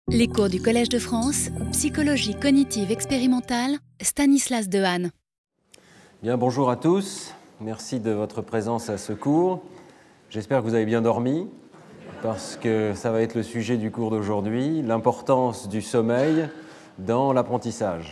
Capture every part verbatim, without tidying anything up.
Les cours du Collège de France, psychologie cognitive expérimentale, Stanislas Dehaene. Bien, bonjour à tous. Merci de votre présence à ce cours. J'espère que vous avez bien dormi, parce que ça va être le sujet du cours d'aujourd'hui, l'importance du sommeil dans l'apprentissage.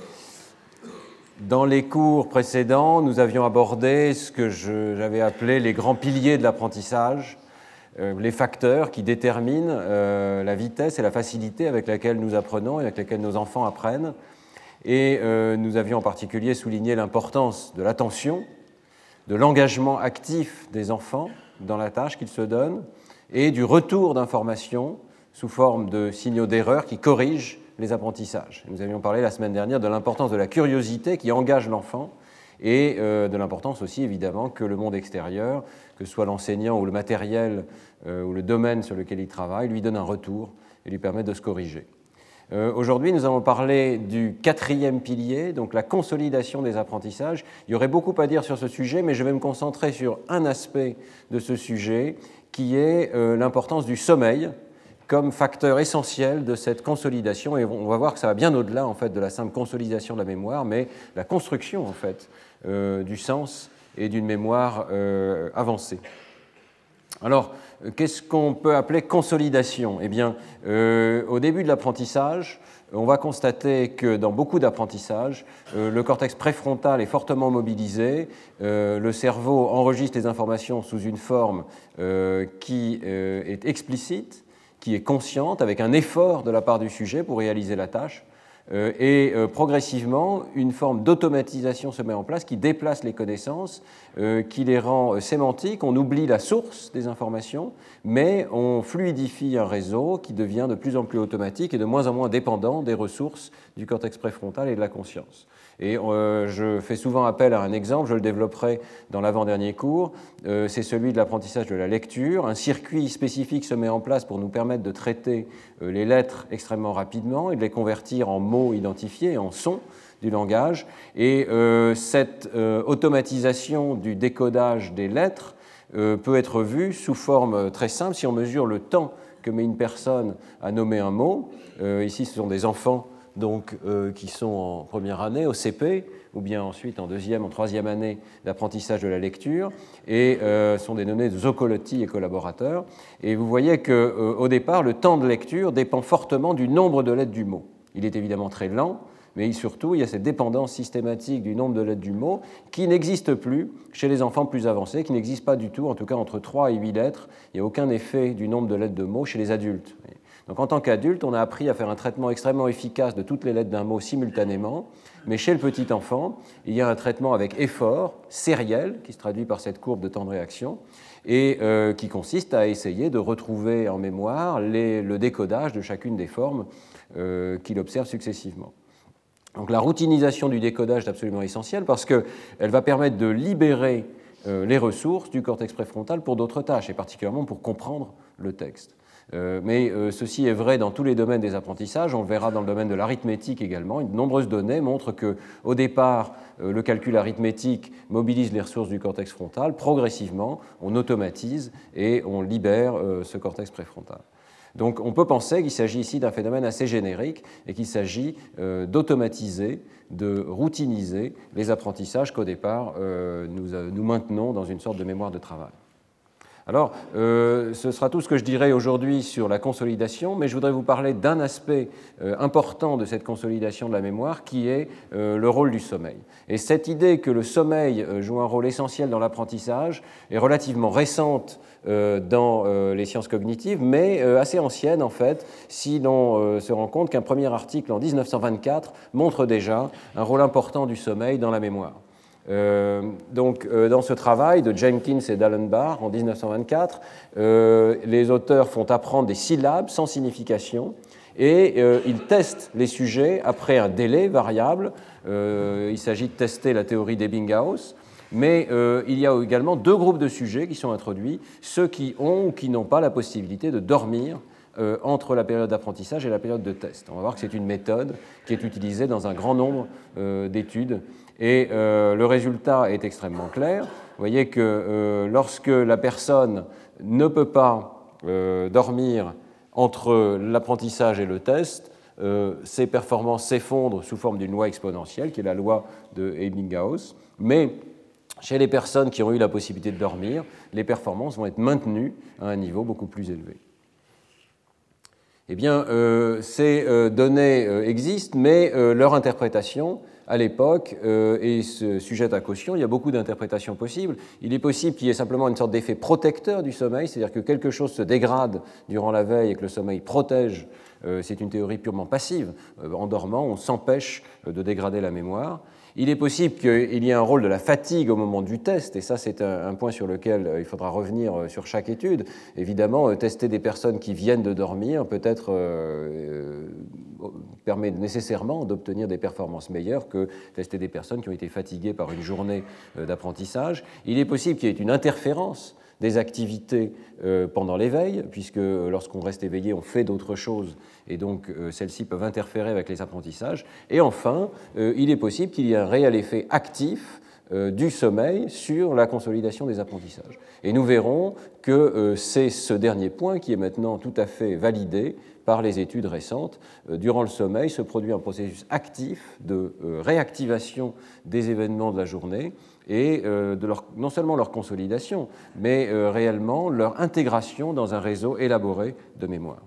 Dans les cours précédents, nous avions abordé ce que j'avais appelé les grands piliers de l'apprentissage, euh, les facteurs qui déterminent euh, la vitesse et la facilité avec laquelle nous apprenons et avec laquelle nos enfants apprennent. Et euh, nous avions en particulier souligné l'importance de l'attention, de l'engagement actif des enfants dans la tâche qu'ils se donnent et du retour d'informations sous forme de signaux d'erreur qui corrigent les apprentissages. Nous avions parlé la semaine dernière de l'importance de la curiosité qui engage l'enfant et euh, de l'importance aussi évidemment que le monde extérieur, que ce soit l'enseignant ou le matériel euh, ou le domaine sur lequel il travaille, lui donne un retour et lui permet de se corriger. Euh, aujourd'hui, nous allons parler du quatrième pilier, donc la consolidation des apprentissages. Il y aurait beaucoup à dire sur ce sujet, mais je vais me concentrer sur un aspect de ce sujet qui est euh, l'importance du sommeil comme facteur essentiel de cette consolidation. Et on va voir que ça va bien au-delà en fait, de la simple consolidation de la mémoire, mais la construction en fait, euh, du sens et d'une mémoire euh, avancée. Alors, qu'est-ce qu'on peut appeler consolidation ? Eh bien, euh, au début de l'apprentissage, on va constater que dans beaucoup d'apprentissages, euh, le cortex préfrontal est fortement mobilisé, euh, le cerveau enregistre les informations sous une forme euh, qui euh, est explicite, qui est consciente, avec un effort de la part du sujet pour réaliser la tâche. Euh, et euh, progressivement, une forme d'automatisation se met en place qui déplace les connaissances, euh, qui les rend euh, sémantiques. On oublie la source des informations, mais on fluidifie un réseau qui devient de plus en plus automatique et de moins en moins dépendant des ressources du cortex préfrontal et de la conscience. Et euh, je fais souvent appel à un exemple, je le développerai dans l'avant-dernier cours, euh, c'est celui de l'apprentissage de la lecture. Un circuit spécifique se met en place pour nous permettre de traiter euh, les lettres extrêmement rapidement et de les convertir en mots identifiés, en sons du langage. Et euh, cette euh, automatisation du décodage des lettres euh, peut être vue sous forme très simple si on mesure le temps que met une personne à nommer un mot. Euh, ici, ce sont des enfants donc, euh, qui sont en première année, au C P, ou bien ensuite en deuxième, en troisième année d'apprentissage de la lecture, et euh, sont dénommés Zoccolotti et collaborateurs. Et vous voyez qu'au euh, départ, le temps de lecture dépend fortement du nombre de lettres du mot. Il est évidemment très lent, mais surtout, il y a cette dépendance systématique du nombre de lettres du mot qui n'existe plus chez les enfants plus avancés, qui n'existe pas du tout, en tout cas entre trois et huit lettres. Il n'y a aucun effet du nombre de lettres de mots chez les adultes. Donc en tant qu'adulte, on a appris à faire un traitement extrêmement efficace de toutes les lettres d'un mot simultanément, mais chez le petit enfant, il y a un traitement avec effort, sériel, qui se traduit par cette courbe de temps de réaction, et euh, qui consiste à essayer de retrouver en mémoire les, le décodage de chacune des formes euh, qu'il observe successivement. Donc la routinisation du décodage est absolument essentielle parce qu'elle va permettre de libérer euh, les ressources du cortex préfrontal pour d'autres tâches, et particulièrement pour comprendre le texte. Euh, mais euh, ceci est vrai dans tous les domaines des apprentissages, on le verra dans le domaine de l'arithmétique également. De nombreuses données montrent qu'au départ, euh, le calcul arithmétique mobilise les ressources du cortex frontal. Progressivement, on automatise et on libère euh, ce cortex préfrontal. Donc on peut penser qu'il s'agit ici d'un phénomène assez générique et qu'il s'agit euh, d'automatiser, de routiniser les apprentissages qu'au départ euh, nous, euh, nous maintenons dans une sorte de mémoire de travail. Alors, euh, ce sera tout ce que je dirai aujourd'hui sur la consolidation, mais je voudrais vous parler d'un aspect euh, important de cette consolidation de la mémoire qui est euh, le rôle du sommeil. Et cette idée que le sommeil euh, joue un rôle essentiel dans l'apprentissage est relativement récente euh, dans euh, les sciences cognitives, mais euh, assez ancienne en fait, si l'on euh, se rend compte qu'un premier article en dix-neuf cent vingt-quatre montre déjà un rôle important du sommeil dans la mémoire. Euh, donc, euh, dans ce travail de Jenkins et d'Allenbach en dix-neuf cent vingt-quatre, euh, les auteurs font apprendre des syllabes sans signification et euh, ils testent les sujets après un délai variable. Euh, il s'agit de tester la théorie d'Ebbinghaus, mais euh, il y a également deux groupes de sujets qui sont introduits, ceux qui ont ou qui n'ont pas la possibilité de dormir euh, entre la période d'apprentissage et la période de test. On va voir que c'est une méthode qui est utilisée dans un grand nombre euh, d'études. Et euh, le résultat est extrêmement clair. Vous voyez que euh, lorsque la personne ne peut pas euh, dormir entre l'apprentissage et le test, euh, ces performances s'effondrent sous forme d'une loi exponentielle, qui est la loi de Ebbinghaus, mais chez les personnes qui ont eu la possibilité de dormir, les performances vont être maintenues à un niveau beaucoup plus élevé. Eh bien, euh, ces euh, données euh, existent, mais euh, leur interprétation, à l'époque, euh, est sujette à caution. Il y a beaucoup d'interprétations possibles. Il est possible qu'il y ait simplement une sorte d'effet protecteur du sommeil, c'est-à-dire que quelque chose se dégrade durant la veille et que le sommeil protège. Euh, c'est une théorie purement passive. Euh, en dormant, on s'empêche de dégrader la mémoire. Il est possible qu'il y ait un rôle de la fatigue au moment du test, et ça c'est un point sur lequel il faudra revenir sur chaque étude. Évidemment, tester des personnes qui viennent de dormir peut-être euh, permet nécessairement d'obtenir des performances meilleures que tester des personnes qui ont été fatiguées par une journée d'apprentissage. Il est possible qu'il y ait une interférence des activités euh, pendant l'éveil, puisque lorsqu'on reste éveillé, on fait d'autres choses, et donc euh, celles-ci peuvent interférer avec les apprentissages. Et enfin, euh, il est possible qu'il y ait un réel effet actif euh, du sommeil sur la consolidation des apprentissages. Et nous verrons que euh, c'est ce dernier point qui est maintenant tout à fait validé par les études récentes. Euh, durant le sommeil se produit un processus actif de euh, réactivation des événements de la journée, et euh, de leur, non seulement leur consolidation, mais euh, réellement leur intégration dans un réseau élaboré de mémoire.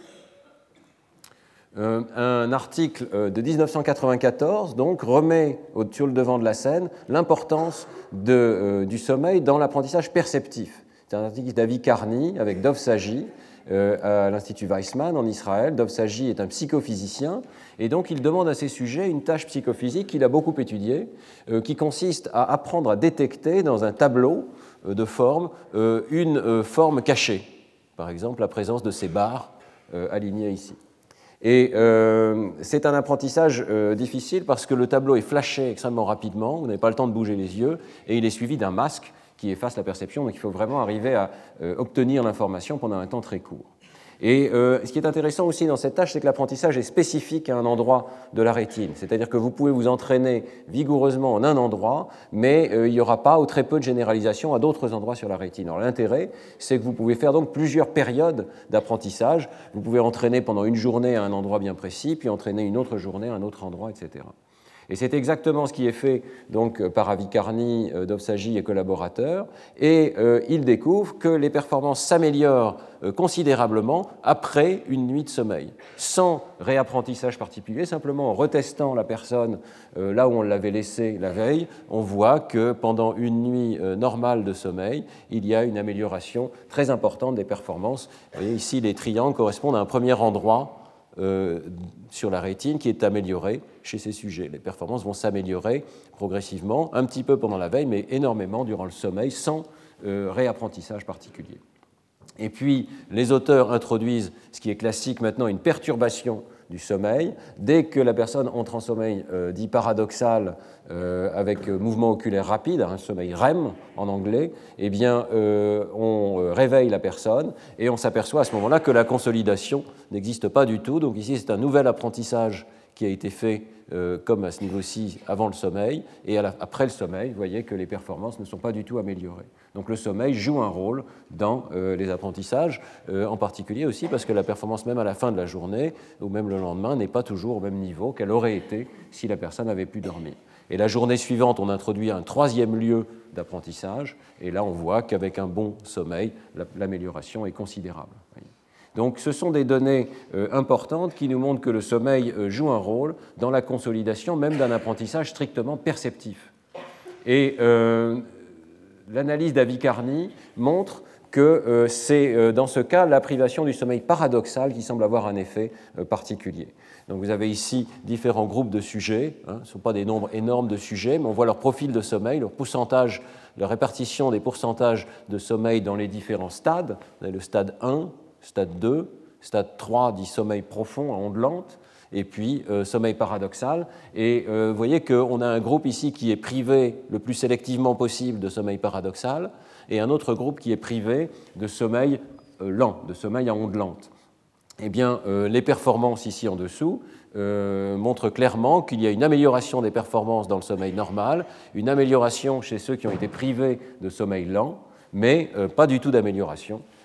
Euh, un article de mille neuf cent quatre-vingt-quatorze donc, remet au, sur le devant de la scène l'importance de, euh, du sommeil dans l'apprentissage perceptif. C'est un article d'Avi Carney avec Dov Saji euh, à l'Institut Weizmann en Israël. Dov Saji est un psychophysicien, et donc il demande à ses sujets une tâche psychophysique qu'il a beaucoup étudiée, euh, qui consiste à apprendre à détecter dans un tableau euh, de forme euh, une euh, forme cachée, par exemple la présence de ces barres euh, alignées ici. Et euh, c'est un apprentissage euh, difficile parce que le tableau est flashé extrêmement rapidement, vous n'avez pas le temps de bouger les yeux, et il est suivi d'un masque qui efface la perception, donc il faut vraiment arriver à euh, obtenir l'information pendant un temps très court. Et euh, ce qui est intéressant aussi dans cette tâche, c'est que l'apprentissage est spécifique à un endroit de la rétine. C'est-à-dire que vous pouvez vous entraîner vigoureusement en un endroit, mais euh, il n'y aura pas ou très peu de généralisation à d'autres endroits sur la rétine. Alors l'intérêt, c'est que vous pouvez faire donc plusieurs périodes d'apprentissage. Vous pouvez entraîner pendant une journée à un endroit bien précis, puis entraîner une autre journée à un autre endroit, et cetera. Et c'est exactement ce qui est fait donc, par Avi Carney, Dov Saji et collaborateurs, et euh, ils découvrent que les performances s'améliorent euh, considérablement après une nuit de sommeil, sans réapprentissage particulier, simplement en retestant la personne euh, là où on l'avait laissée la veille, on voit que pendant une nuit euh, normale de sommeil, il y a une amélioration très importante des performances. Vous voyez ici, les triangles correspondent à un premier endroit Euh, sur la rétine qui est améliorée chez ces sujets. Les performances vont s'améliorer progressivement, un petit peu pendant la veille, mais énormément durant le sommeil, sans euh, réapprentissage particulier. Et puis, les auteurs introduisent ce qui est classique maintenant, une perturbation du sommeil. Dès que la personne entre en sommeil euh, dit paradoxal, euh, avec euh, mouvement oculaire rapide, un sommeil R E M en anglais, eh bien, euh, on euh, réveille la personne et on s'aperçoit à ce moment-là que la consolidation n'existe pas du tout. Donc ici, c'est un nouvel apprentissage qui a été fait euh, comme à ce niveau-ci avant le sommeil, et à la, après le sommeil, vous voyez que les performances ne sont pas du tout améliorées. Donc le sommeil joue un rôle dans euh, les apprentissages, euh, en particulier aussi parce que la performance même à la fin de la journée, ou même le lendemain, n'est pas toujours au même niveau qu'elle aurait été si la personne avait pu dormir. Et la journée suivante, on introduit un troisième lieu d'apprentissage, et là on voit qu'avec un bon sommeil, l'amélioration est considérable. Donc ce sont des données euh, importantes qui nous montrent que le sommeil euh, joue un rôle dans la consolidation même d'un apprentissage strictement perceptif. Et euh, l'analyse d'Avi Carney montre que euh, c'est euh, dans ce cas la privation du sommeil paradoxal qui semble avoir un effet euh, particulier. Donc vous avez ici différents groupes de sujets, hein, ce ne sont pas des nombres énormes de sujets, mais on voit leur profil de sommeil, leur pourcentage, leur répartition des pourcentages de sommeil dans les différents stades. Vous avez le stade un, stade deux, stade trois dit sommeil profond à ondes lentes, et puis euh, sommeil paradoxal. Et euh, vous voyez qu'on a un groupe ici qui est privé le plus sélectivement possible de sommeil paradoxal, et un autre groupe qui est privé de sommeil euh, lent, de sommeil à ondes lentes. Eh bien, euh, les performances ici en dessous euh, montrent clairement qu'il y a une amélioration des performances dans le sommeil normal, une amélioration chez ceux qui ont été privés de sommeil lent, mais euh, pas du tout d'amélioration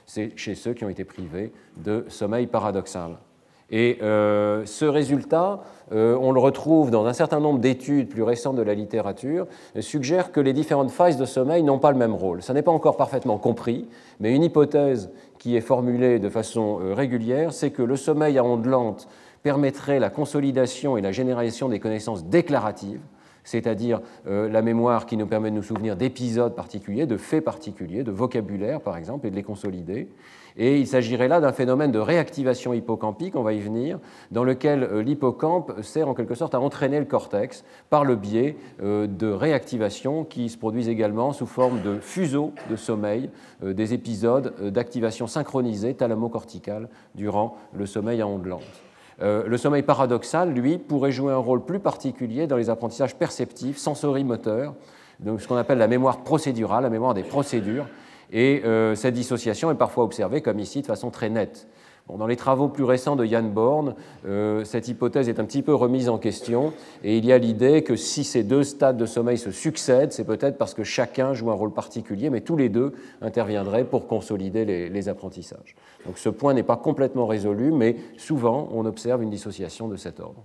c'est chez ceux qui ont été privés de sommeil paradoxal. Et euh, ce résultat, euh, on le retrouve dans un certain nombre d'études plus récentes de la littérature, euh, suggère que les différentes phases de sommeil n'ont pas le même rôle. Ça n'est pas encore parfaitement compris, mais une hypothèse qui est formulée de façon euh, régulière, c'est que le sommeil à ondes lentes permettrait la consolidation et la généralisation des connaissances déclaratives, c'est-à-dire euh, la mémoire qui nous permet de nous souvenir d'épisodes particuliers, de faits particuliers, de vocabulaire par exemple, et de les consolider. Et il s'agirait là d'un phénomène de réactivation hippocampique, on va y venir, dans lequel euh, l'hippocampe sert en quelque sorte à entraîner le cortex par le biais euh, de réactivations qui se produisent également sous forme de fuseaux de sommeil, euh, des épisodes euh, d'activation synchronisée thalamo-corticale durant le sommeil à ondes lentes. Euh, le sommeil paradoxal, lui, pourrait jouer un rôle plus particulier dans les apprentissages perceptifs, sensorimoteurs, donc ce qu'on appelle la mémoire procédurale, la mémoire des procédures, et euh, cette dissociation est parfois observée, comme ici, de façon très nette. Bon, dans les travaux plus récents de Jan Born, euh, cette hypothèse est un petit peu remise en question, et il y a l'idée que si ces deux stades de sommeil se succèdent, c'est peut-être parce que chacun joue un rôle particulier, mais tous les deux interviendraient pour consolider les, les apprentissages. Donc ce point n'est pas complètement résolu, mais souvent on observe une dissociation de cet ordre.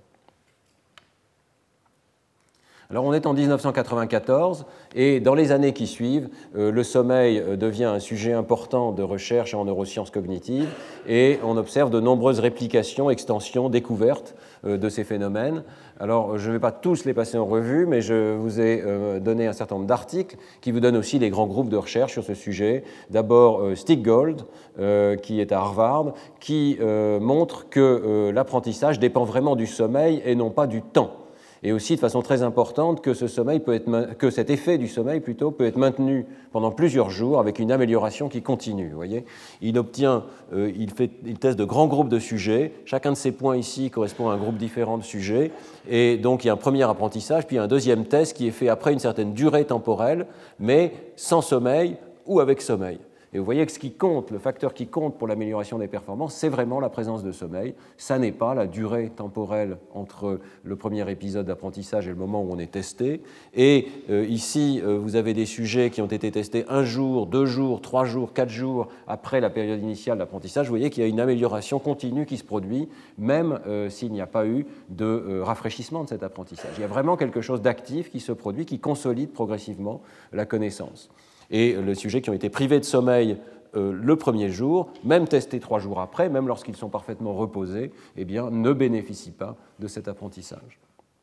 Alors on est en mille neuf cent quatre-vingt-quatorze et dans les années qui suivent, euh, le sommeil devient un sujet important de recherche en neurosciences cognitives et on observe de nombreuses réplications, extensions, découvertes euh, de ces phénomènes. Alors je ne vais pas tous les passer en revue, mais je vous ai euh, donné un certain nombre d'articles qui vous donnent aussi les grands groupes de recherche sur ce sujet. D'abord euh, Stiggold, euh, qui est à Harvard, qui euh, montre que euh, l'apprentissage dépend vraiment du sommeil et non pas du temps. Et aussi de façon très importante que, ce sommeil peut être, que cet effet du sommeil plutôt peut être maintenu pendant plusieurs jours avec une amélioration qui continue. Vous voyez, il obtient, euh, il, fait, il teste de grands groupes de sujets. Chacun de ces points ici correspond à un groupe différent de sujets. Et donc il y a un premier apprentissage, puis un deuxième test qui est fait après une certaine durée temporelle, mais sans sommeil ou avec sommeil. Et vous voyez que ce qui compte, le facteur qui compte pour l'amélioration des performances, c'est vraiment la présence de sommeil. Ça n'est pas la durée temporelle entre le premier épisode d'apprentissage et le moment où on est testé. Et euh, ici, euh, vous avez des sujets qui ont été testés un jour, deux jours, trois jours, quatre jours après la période initiale d'apprentissage. Vous voyez qu'il y a une amélioration continue qui se produit, même euh, s'il n'y a pas eu de euh, rafraîchissement de cet apprentissage. Il y a vraiment quelque chose d'actif qui se produit, qui consolide progressivement la connaissance. Et les sujets qui ont été privés de sommeil euh, le premier jour, même testés trois jours après, même lorsqu'ils sont parfaitement reposés, eh bien, ne bénéficient pas de cet apprentissage.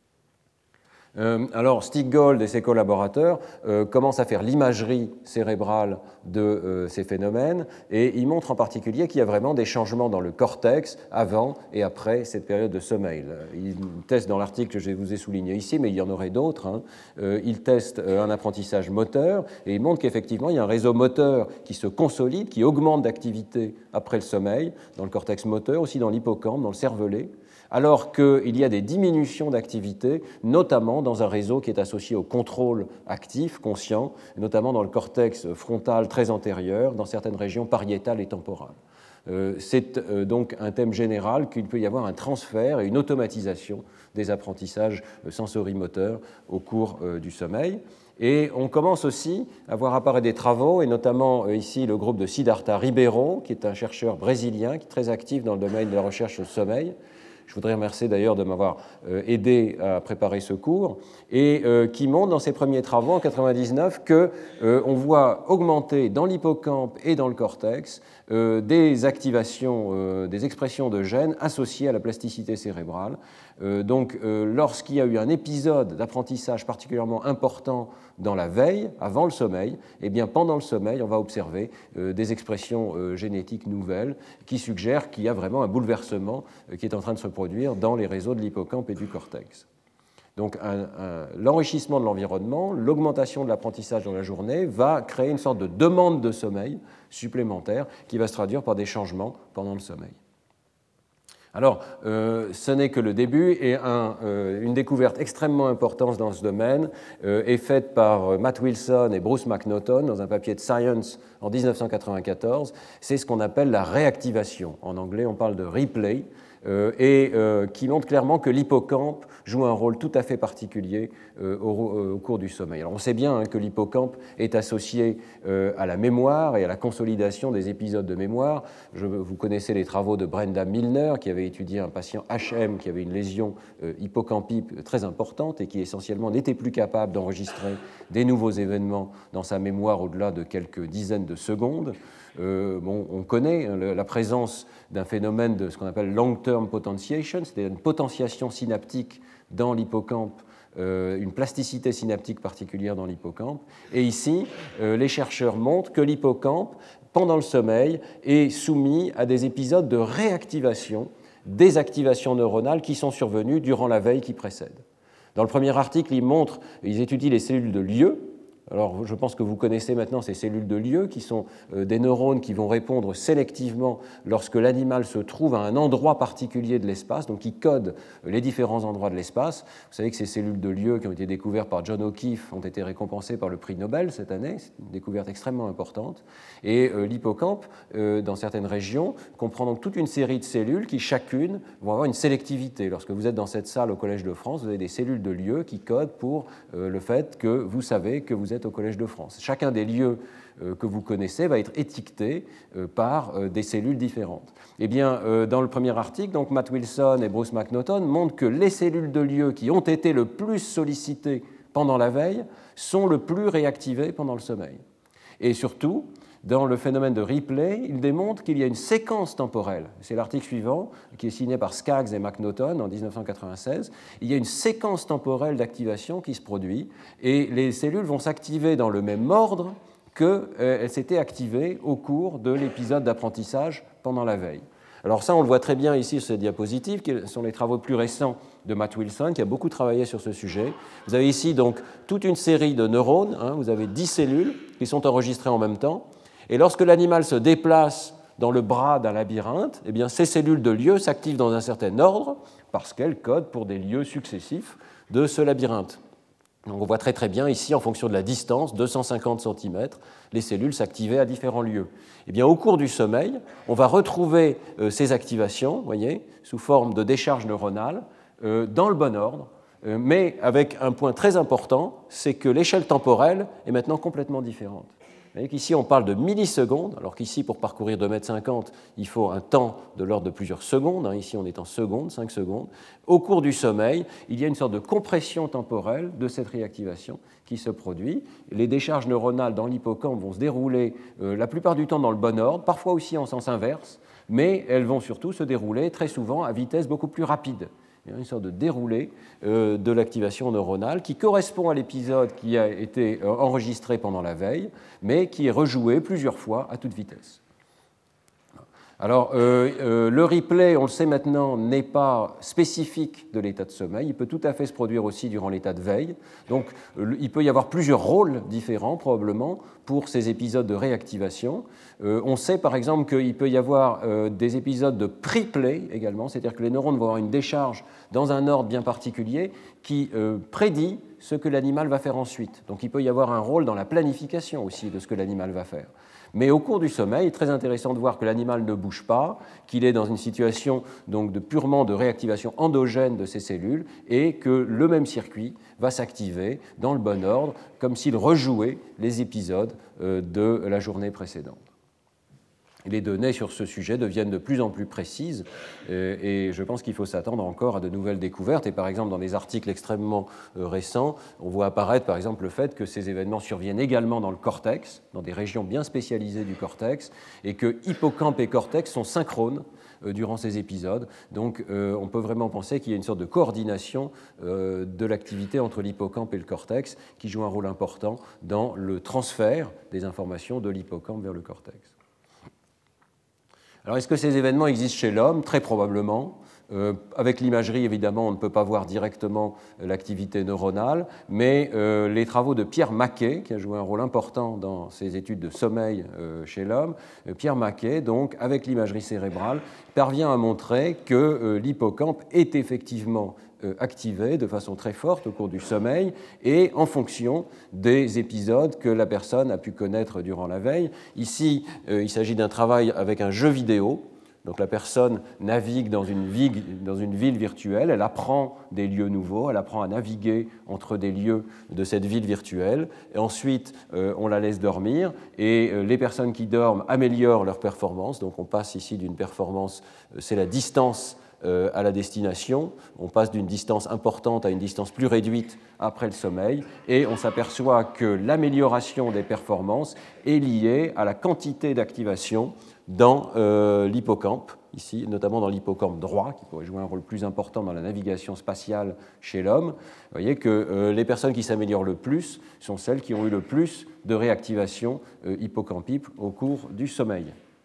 Euh, alors, Stiggold et ses collaborateurs euh, commencent à faire l'imagerie cérébrale de euh, ces phénomènes et ils montrent en particulier qu'il y a vraiment des changements dans le cortex avant et après cette période de sommeil. Ils testent dans l'article que je vous ai souligné ici, mais il y en aurait d'autres. Hein. Euh, ils testent euh, un apprentissage moteur et ils montrent qu'effectivement, il y a un réseau moteur qui se consolide, qui augmente d'activité après le sommeil, dans le cortex moteur, aussi dans l'hippocampe, dans le cervelet, alors qu'il y a des diminutions d'activité, notamment dans un réseau qui est associé au contrôle actif, conscient, notamment dans le cortex frontal très antérieur, dans certaines régions pariétales et temporales. Euh, c'est euh, donc un thème général qu'il peut y avoir un transfert et une automatisation des apprentissages sensorimoteurs au cours euh, du sommeil. Et on commence aussi à voir apparaître des travaux, et notamment euh, ici le groupe de Siddhartha Ribeiro, qui est un chercheur brésilien qui est très actif dans le domaine de la recherche sur le sommeil. Je voudrais remercier d'ailleurs de m'avoir aidé à préparer ce cours, et qui montre dans ses premiers travaux en mille neuf cent quatre-vingt-dix-neuf qu'on voit augmenter dans l'hippocampe et dans le cortex des activations, des expressions de gènes associées à la plasticité cérébrale. Donc lorsqu'il y a eu un épisode d'apprentissage particulièrement important dans la veille, avant le sommeil, eh bien pendant le sommeil, on va observer des expressions génétiques nouvelles qui suggèrent qu'il y a vraiment un bouleversement qui est en train de se produire dans les réseaux de l'hippocampe et du cortex. Donc un, un, l'enrichissement de l'environnement, l'augmentation de l'apprentissage dans la journée va créer une sorte de demande de sommeil supplémentaire qui va se traduire par des changements pendant le sommeil. Alors, euh, ce n'est que le début, et un, euh, une découverte extrêmement importante dans ce domaine euh, est faite par Matt Wilson et Bruce McNaughton dans un papier de Science en mille neuf cent quatre-vingt-quatorze. C'est ce qu'on appelle la réactivation. En anglais, on parle de replay. Euh, et euh, qui montre clairement que l'hippocampe joue un rôle tout à fait particulier euh, au, au cours du sommeil. Alors on sait bien hein, que l'hippocampe est associé euh, à la mémoire et à la consolidation des épisodes de mémoire. Je, vous connaissez les travaux de Brenda Milner, qui avait étudié un patient H M qui avait une lésion euh, hippocampique très importante et qui essentiellement n'était plus capable d'enregistrer des nouveaux événements dans sa mémoire au-delà de quelques dizaines de secondes. Euh, bon, on connaît hein, le, la présence d'un phénomène de ce qu'on appelle long-term potentiation, c'est-à-dire une potentiation synaptique dans l'hippocampe, euh, une plasticité synaptique particulière dans l'hippocampe. Et ici, euh, les chercheurs montrent que l'hippocampe, pendant le sommeil, est soumis à des épisodes de réactivation des activations neuronales qui sont survenues durant la veille qui précède. Dans le premier article, ils montrent, ils étudient les cellules de lieu. Alors, je pense que vous connaissez maintenant ces cellules de lieu qui sont des neurones qui vont répondre sélectivement lorsque l'animal se trouve à un endroit particulier de l'espace, donc qui codent les différents endroits de l'espace. Vous savez que ces cellules de lieu qui ont été découvertes par John O'Keefe ont été récompensées par le prix Nobel cette année. C'est une découverte extrêmement importante. Et euh, l'hippocampe, euh, dans certaines régions, comprend donc toute une série de cellules qui, chacune, vont avoir une sélectivité. Lorsque vous êtes dans cette salle au Collège de France, vous avez des cellules de lieu qui codent pour euh, le fait que vous savez que vous êtes au Collège de France. Chacun des lieux euh, que vous connaissez va être étiqueté euh, par euh, des cellules différentes. Eh bien, euh, dans le premier article, donc Matt Wilson et Bruce McNaughton montrent que les cellules de lieu qui ont été le plus sollicitées pendant la veille sont le plus réactivées pendant le sommeil. Et surtout, dans le phénomène de replay, il démontre qu'il y a une séquence temporelle. C'est l'article suivant, qui est signé par Skaggs et McNaughton en dix-neuf cent quatre-vingt-seize. Il y a une séquence temporelle d'activation qui se produit, et les cellules vont s'activer dans le même ordre qu'elles euh, s'étaient activées au cours de l'épisode d'apprentissage pendant la veille. Alors ça, on le voit très bien ici sur cette diapositive, qui sont les travaux plus récents de Matt Wilson, qui a beaucoup travaillé sur ce sujet. Vous avez ici donc toute une série de neurones, hein, vous avez dix cellules qui sont enregistrées en même temps. Et lorsque l'animal se déplace dans le bras d'un labyrinthe, eh bien, ces cellules de lieu s'activent dans un certain ordre parce qu'elles codent pour des lieux successifs de ce labyrinthe. Donc on voit très très bien ici, en fonction de la distance, deux cent cinquante centimètres, les cellules s'activaient à différents lieux. Eh bien, au cours du sommeil, on va retrouver euh, ces activations, vous voyez, sous forme de décharge neuronale, euh, dans le bon ordre, euh, mais avec un point très important, c'est que l'échelle temporelle est maintenant complètement différente. Vous voyez qu'ici, on parle de millisecondes, alors qu'ici, pour parcourir deux mètres cinquante, il faut un temps de l'ordre de plusieurs secondes. Hein, ici, on est en secondes, cinq secondes. Au cours du sommeil, il y a une sorte de compression temporelle de cette réactivation qui se produit. Les décharges neuronales dans l'hippocampe vont se dérouler euh, la plupart du temps dans le bon ordre, parfois aussi en sens inverse, mais elles vont surtout se dérouler très souvent à vitesse beaucoup plus rapide. Il y a une sorte de déroulé euh, de l'activation neuronale qui correspond à l'épisode qui a été euh, enregistré pendant la veille, mais qui est rejoué plusieurs fois à toute vitesse. Alors, euh, euh, le replay, on le sait maintenant, n'est pas spécifique de l'état de sommeil. Il peut tout à fait se produire aussi durant l'état de veille. Donc, euh, il peut y avoir plusieurs rôles différents, probablement, pour ces épisodes de réactivation. Euh, on sait, par exemple, qu'il peut y avoir euh, des épisodes de preplay également, c'est-à-dire que les neurones vont avoir une décharge dans un ordre bien particulier qui euh, prédit ce que l'animal va faire ensuite. Donc, il peut y avoir un rôle dans la planification aussi de ce que l'animal va faire. Mais au cours du sommeil, il est très intéressant de voir que l'animal ne bouge pas, qu'il est dans une situation donc, de purement de réactivation endogène de ces cellules et que le même circuit va s'activer dans le bon ordre, comme s'il rejouait les épisodes de la journée précédente. Les données sur ce sujet deviennent de plus en plus précises et je pense qu'il faut s'attendre encore à de nouvelles découvertes. Et par exemple, dans des articles extrêmement récents, on voit apparaître par exemple le fait que ces événements surviennent également dans le cortex, dans des régions bien spécialisées du cortex, et que hippocampe et cortex sont synchrones durant ces épisodes. Donc on peut vraiment penser qu'il y a une sorte de coordination de l'activité entre l'hippocampe et le cortex qui joue un rôle important dans le transfert des informations de l'hippocampe vers le cortex. Alors, est-ce que ces événements existent chez l'homme ? Très probablement. Euh, avec l'imagerie, évidemment, on ne peut pas voir directement l'activité neuronale, mais euh, les travaux de Pierre Maquet, qui a joué un rôle important dans ces études de sommeil euh, chez l'homme, euh, Pierre Maquet, donc, avec l'imagerie cérébrale, parvient à montrer que euh, l'hippocampe est effectivement activé de façon très forte au cours du sommeil et en fonction des épisodes que la personne a pu connaître durant la veille. Ici, euh, il s'agit d'un travail avec un jeu vidéo Donc la personne navigue dans une, ville, dans une ville virtuelle, elle apprend des lieux nouveaux, elle apprend à naviguer entre des lieux de cette ville virtuelle, et ensuite euh, on la laisse dormir, et euh, les personnes qui dorment améliorent leur performance. Donc on passe ici d'une performance, euh, c'est la distance euh, à la destination, on passe d'une distance importante à une distance plus réduite après le sommeil, et on s'aperçoit que l'amélioration des performances est liée à la quantité d'activation dans euh, l'hippocampe, ici, notamment dans l'hippocampe droit, qui pourrait jouer un rôle plus important dans la navigation spatiale chez l'homme. Vous voyez que euh, les personnes qui s'améliorent le plus sont celles qui ont eu le plus de réactivation euh, hippocampique au cours du sommeil.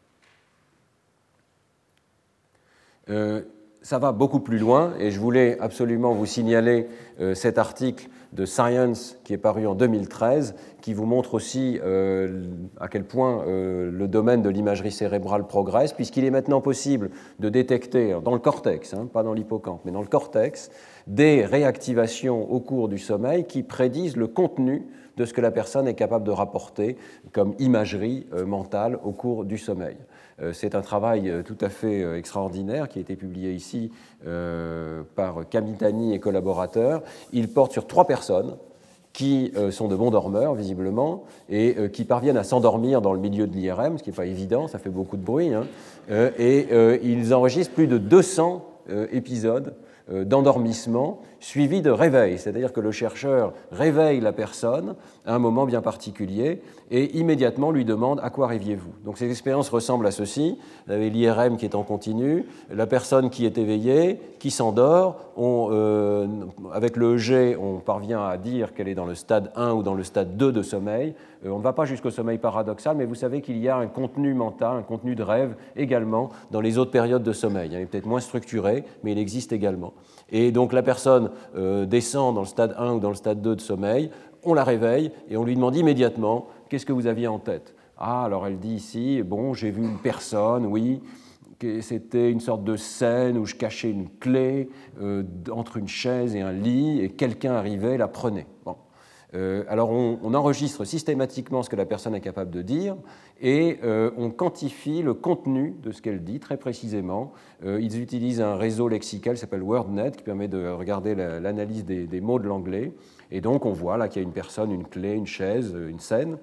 Euh, ça va beaucoup plus loin, et je voulais absolument vous signaler euh, cet article de Science qui est paru en deux mille treize, qui vous montre aussi euh, à quel point euh, le domaine de l'imagerie cérébrale progresse, puisqu'il est maintenant possible de détecter, dans le cortex, hein, pas dans l'hippocampe, mais dans le cortex, des réactivations au cours du sommeil qui prédisent le contenu de ce que la personne est capable de rapporter comme imagerie euh, mentale au cours du sommeil. Euh, c'est un travail euh, tout à fait euh, extraordinaire qui a été publié ici euh, par Kamitani et collaborateurs. Il porte sur trois personnes qui euh, sont de bons dormeurs, visiblement, et euh, qui parviennent à s'endormir dans le milieu de l'I R M, ce qui n'est pas évident, ça fait beaucoup de bruit, hein, euh, et euh, ils enregistrent plus de deux cents euh, épisodes d'endormissement suivi de réveil, c'est-à-dire que le chercheur réveille la personne à un moment bien particulier et immédiatement lui demande « à quoi rêviez-vous » Donc ces expériences ressemblent à ceci. Vous avez l'I R M qui est en continu, la personne qui est éveillée, qui s'endort, on, euh, avec le E G, on parvient à dire qu'elle est dans le stade un ou dans le stade deux de sommeil. Euh, on ne va pas jusqu'au sommeil paradoxal, mais vous savez qu'il y a un contenu mental, un contenu de rêve également dans les autres périodes de sommeil. Il est peut-être moins structuré, mais il existe également. Et donc la personne euh, descend dans le stade un ou dans le stade deux de sommeil, on la réveille et on lui demande immédiatement « qu'est-ce que vous aviez en tête ?» Ah, alors elle dit ici « bon, j'ai vu une personne, oui, c'était une sorte de scène où je cachais une clé euh, entre une chaise et un lit et quelqu'un arrivait, la prenait. » Bon. Euh, alors on, on enregistre systématiquement ce que la personne est capable de dire et euh, on quantifie le contenu de ce qu'elle dit très précisément. Euh, ils utilisent un réseau lexical qui s'appelle WordNet qui permet de regarder la, l'analyse des, des mots de l'anglais. Et donc on voit là qu'il y a une personne, une clé, une chaise, une scène.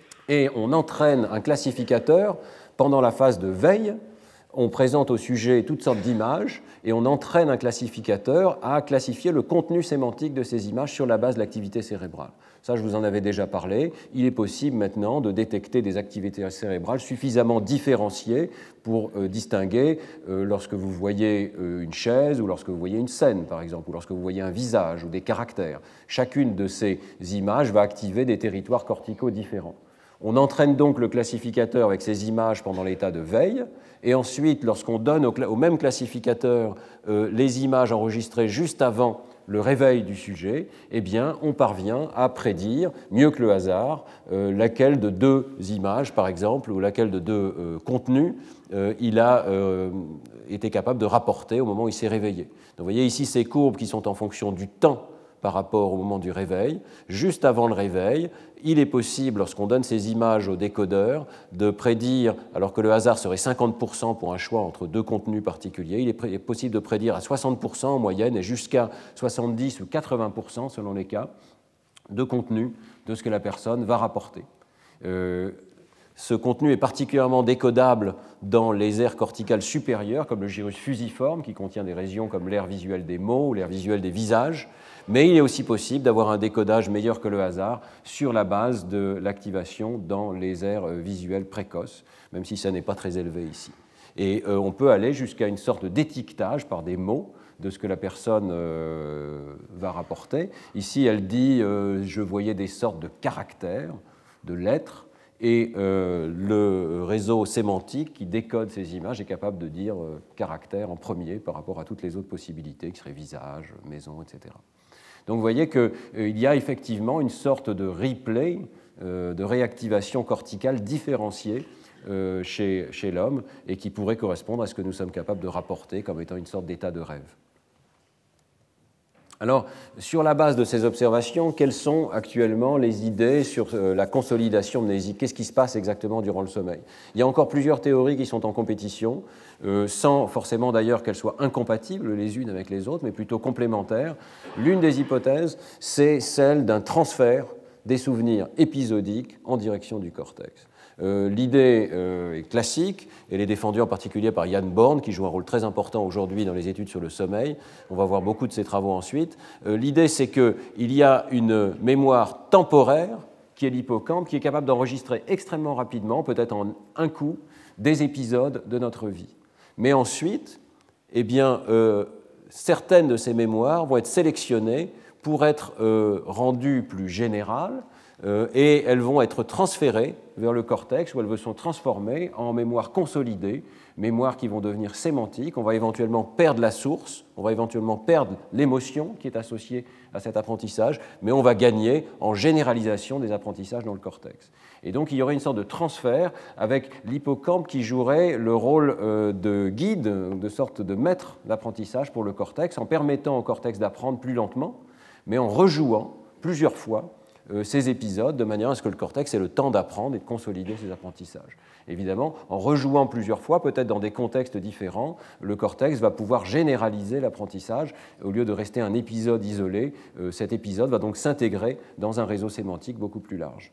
Et on entraîne un classificateur pendant la phase de veille. On présente au sujet toutes sortes d'images et on entraîne un classificateur à classifier le contenu sémantique de ces images sur la base de l'activité cérébrale. Ça, je vous en avais déjà parlé. Il est possible maintenant de détecter des activités cérébrales suffisamment différenciées pour euh, distinguer euh, lorsque vous voyez euh, une chaise ou lorsque vous voyez une scène, par exemple, ou lorsque vous voyez un visage ou des caractères. Chacune de ces images va activer des territoires corticaux différents. On entraîne donc le classificateur avec ces images pendant l'état de veille, et ensuite, lorsqu'on donne au, au même classificateur euh, les images enregistrées juste avant le réveil du sujet, eh bien, on parvient à prédire, mieux que le hasard, euh, laquelle de deux images, par exemple, ou laquelle de deux euh, contenus euh, il a euh, été capable de rapporter au moment où il s'est réveillé. Donc, vous voyez ici ces courbes qui sont en fonction du temps par rapport au moment du réveil. Juste avant le réveil, il est possible, lorsqu'on donne ces images au décodeur, de prédire, alors que le hasard serait cinquante pour cent pour un choix entre deux contenus particuliers, il est possible de prédire à soixante pour cent en moyenne et jusqu'à soixante-dix ou quatre-vingts pour cent selon les cas de contenu de ce que la personne va rapporter. Euh, Ce contenu est particulièrement décodable dans les aires corticales supérieures, comme le gyrus fusiforme, qui contient des régions comme l'aire visuelle des mots ou l'aire visuelle des visages, mais il est aussi possible d'avoir un décodage meilleur que le hasard sur la base de l'activation dans les aires visuelles précoces, même si ça n'est pas très élevé ici. Et euh, on peut aller jusqu'à une sorte d'étiquetage par des mots de ce que la personne euh, va rapporter. Ici, elle dit euh, « je voyais des sortes de caractères, de lettres », et euh, le réseau sémantique qui décode ces images est capable de dire euh, caractère en premier par rapport à toutes les autres possibilités, qui seraient visage, maison, et cetera. Donc vous voyez qu'il euh, y a effectivement une sorte de replay, euh, de réactivation corticale différenciée euh, chez, chez l'homme et qui pourrait correspondre à ce que nous sommes capables de rapporter comme étant une sorte d'état de rêve. Alors, sur la base de ces observations, quelles sont actuellement les idées sur la consolidation mnésique? Qu'est-ce qui se passe exactement durant le sommeil? Il y a encore plusieurs théories qui sont en compétition, euh, sans forcément d'ailleurs qu'elles soient incompatibles les unes avec les autres, mais plutôt complémentaires. L'une des hypothèses, c'est celle d'un transfert des souvenirs épisodiques en direction du cortex. Euh, L'idée euh, est classique, elle est défendue en particulier par Jan Born, qui joue un rôle très important aujourd'hui dans les études sur le sommeil. On va voir beaucoup de ses travaux ensuite. Euh, L'idée, c'est qu'il y a une mémoire temporaire, qui est l'hippocampe, qui est capable d'enregistrer extrêmement rapidement, peut-être en un coup, des épisodes de notre vie. Mais ensuite, eh bien, euh, certaines de ces mémoires vont être sélectionnées pour être euh, rendues plus générales, Euh, et elles vont être transférées vers le cortex où elles sont transformées en mémoires consolidées, mémoires qui vont devenir sémantiques. On va éventuellement perdre la source, on va éventuellement perdre l'émotion qui est associée à cet apprentissage, mais on va gagner en généralisation des apprentissages dans le cortex. Et donc il y aurait une sorte de transfert avec l'hippocampe qui jouerait le rôle euh, de guide, de sorte de maître d'apprentissage pour le cortex, en permettant au cortex d'apprendre plus lentement, mais en rejouant plusieurs fois ces épisodes de manière à ce que le cortex ait le temps d'apprendre et de consolider ses apprentissages. Évidemment, en rejouant plusieurs fois, peut-être dans des contextes différents, le cortex va pouvoir généraliser l'apprentissage. Au lieu de rester un épisode isolé, cet épisode va donc s'intégrer dans un réseau sémantique beaucoup plus large.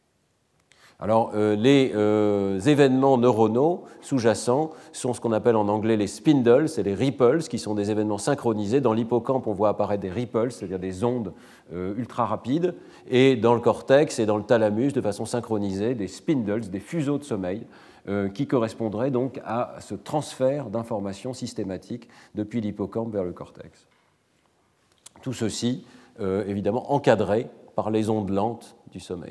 Alors, euh, les euh, événements neuronaux sous-jacents sont ce qu'on appelle en anglais les spindles, c'est les ripples, qui sont des événements synchronisés. Dans l'hippocampe, on voit apparaître des ripples, c'est-à-dire des ondes euh, ultra rapides, et dans le cortex et dans le thalamus, de façon synchronisée, des spindles, des fuseaux de sommeil, euh, qui correspondraient donc à ce transfert d'informations systématiques depuis l'hippocampe vers le cortex. Tout ceci, euh, évidemment, encadré par les ondes lentes du sommeil.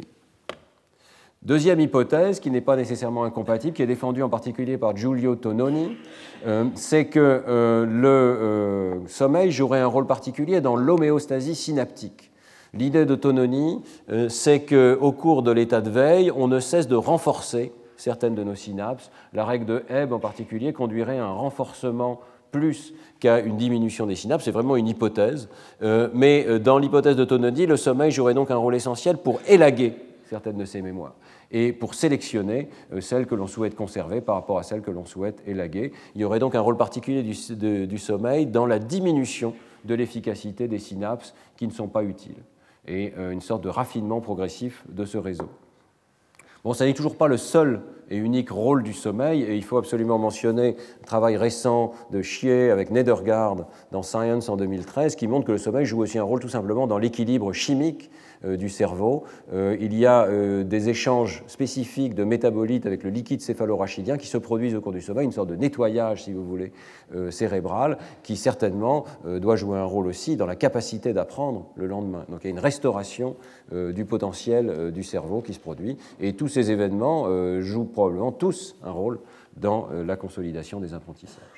Deuxième hypothèse, qui n'est pas nécessairement incompatible, qui est défendue en particulier par Giulio Tononi, euh, c'est que euh, le euh, sommeil jouerait un rôle particulier dans l'homéostasie synaptique. L'idée de Tononi, euh, c'est qu'au cours de l'état de veille, on ne cesse de renforcer certaines de nos synapses. La règle de Hebb en particulier conduirait à un renforcement plus qu'à une diminution des synapses. C'est vraiment une hypothèse. Euh, mais dans l'hypothèse de Tononi, le sommeil jouerait donc un rôle essentiel pour élaguer certaines de ces mémoires et pour sélectionner celles que l'on souhaite conserver par rapport à celles que l'on souhaite élaguer. Il y aurait donc un rôle particulier du, de, du sommeil dans la diminution de l'efficacité des synapses qui ne sont pas utiles et une sorte de raffinement progressif de ce réseau. Bon, ça n'est toujours pas le seul et unique rôle du sommeil, et il faut absolument mentionner le travail récent de Chier avec Nedergaard dans Science en deux mille treize, qui montre que le sommeil joue aussi un rôle tout simplement dans l'équilibre chimique euh, du cerveau. Euh, il y a euh, des échanges spécifiques de métabolites avec le liquide céphalorachidien qui se produisent au cours du sommeil, une sorte de nettoyage, si vous voulez, euh, cérébral, qui certainement euh, doit jouer un rôle aussi dans la capacité d'apprendre le lendemain. Donc il y a une restauration euh, du potentiel euh, du cerveau qui se produit, et tous ces événements euh, jouent probablement tous un rôle dans la consolidation des apprentissages.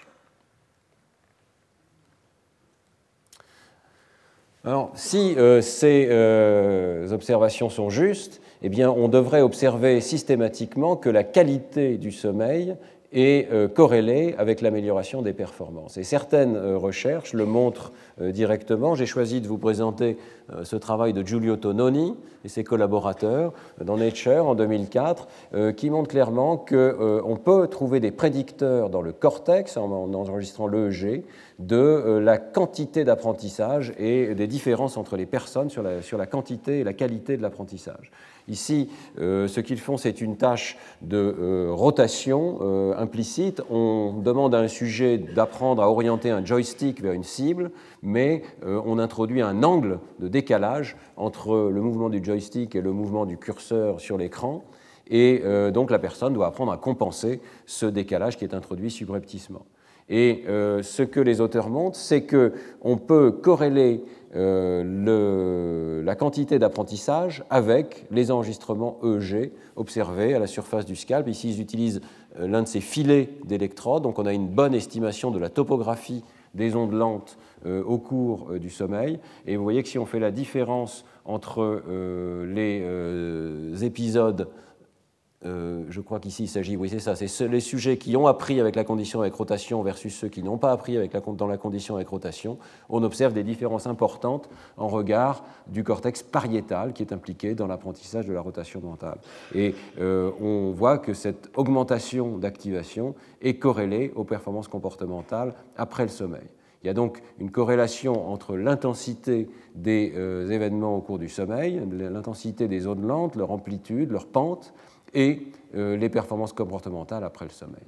Alors, si euh, ces euh, observations sont justes, eh bien, on devrait observer systématiquement que la qualité du sommeil est euh, corrélée avec l'amélioration des performances. Et certaines euh, recherches le montrent euh, directement. J'ai choisi de vous présenter euh, ce travail de Giulio Tononi et ses collaborateurs euh, dans Nature en deux mille quatre, euh, qui montre clairement qu'on euh, peut trouver des prédicteurs dans le cortex, en, en enregistrant l'E E G, de euh, la quantité d'apprentissage et des différences entre les personnes sur la, sur la quantité et la qualité de l'apprentissage. Ici, euh, ce qu'ils font, c'est une tâche de euh, rotation euh, implicite. On demande à un sujet d'apprendre à orienter un joystick vers une cible, mais euh, on introduit un angle de décalage entre le mouvement du joystick et le mouvement du curseur sur l'écran. Et euh, donc la personne doit apprendre à compenser ce décalage qui est introduit subrepticement. Et euh, ce que les auteurs montrent, c'est qu'on peut corréler euh, le, la quantité d'apprentissage avec les enregistrements E E G observés à la surface du scalp. Ici, ils utilisent euh, l'un de ces filets d'électrodes, donc on a une bonne estimation de la topographie des ondes lentes euh, au cours euh, du sommeil. Et vous voyez que si on fait la différence entre euh, les euh, épisodes Euh, je crois qu'ici il s'agit, oui c'est ça, c'est les sujets qui ont appris avec la condition avec rotation versus ceux qui n'ont pas appris avec la, dans la condition avec rotation, on observe des différences importantes en regard du cortex pariétal qui est impliqué dans l'apprentissage de la rotation mentale. Et euh, on voit que cette augmentation d'activation est corrélée aux performances comportementales après le sommeil. Il y a donc une corrélation entre l'intensité des euh, événements au cours du sommeil, l'intensité des zones lentes, leur amplitude, leur pente, et euh, les performances comportementales après le sommeil.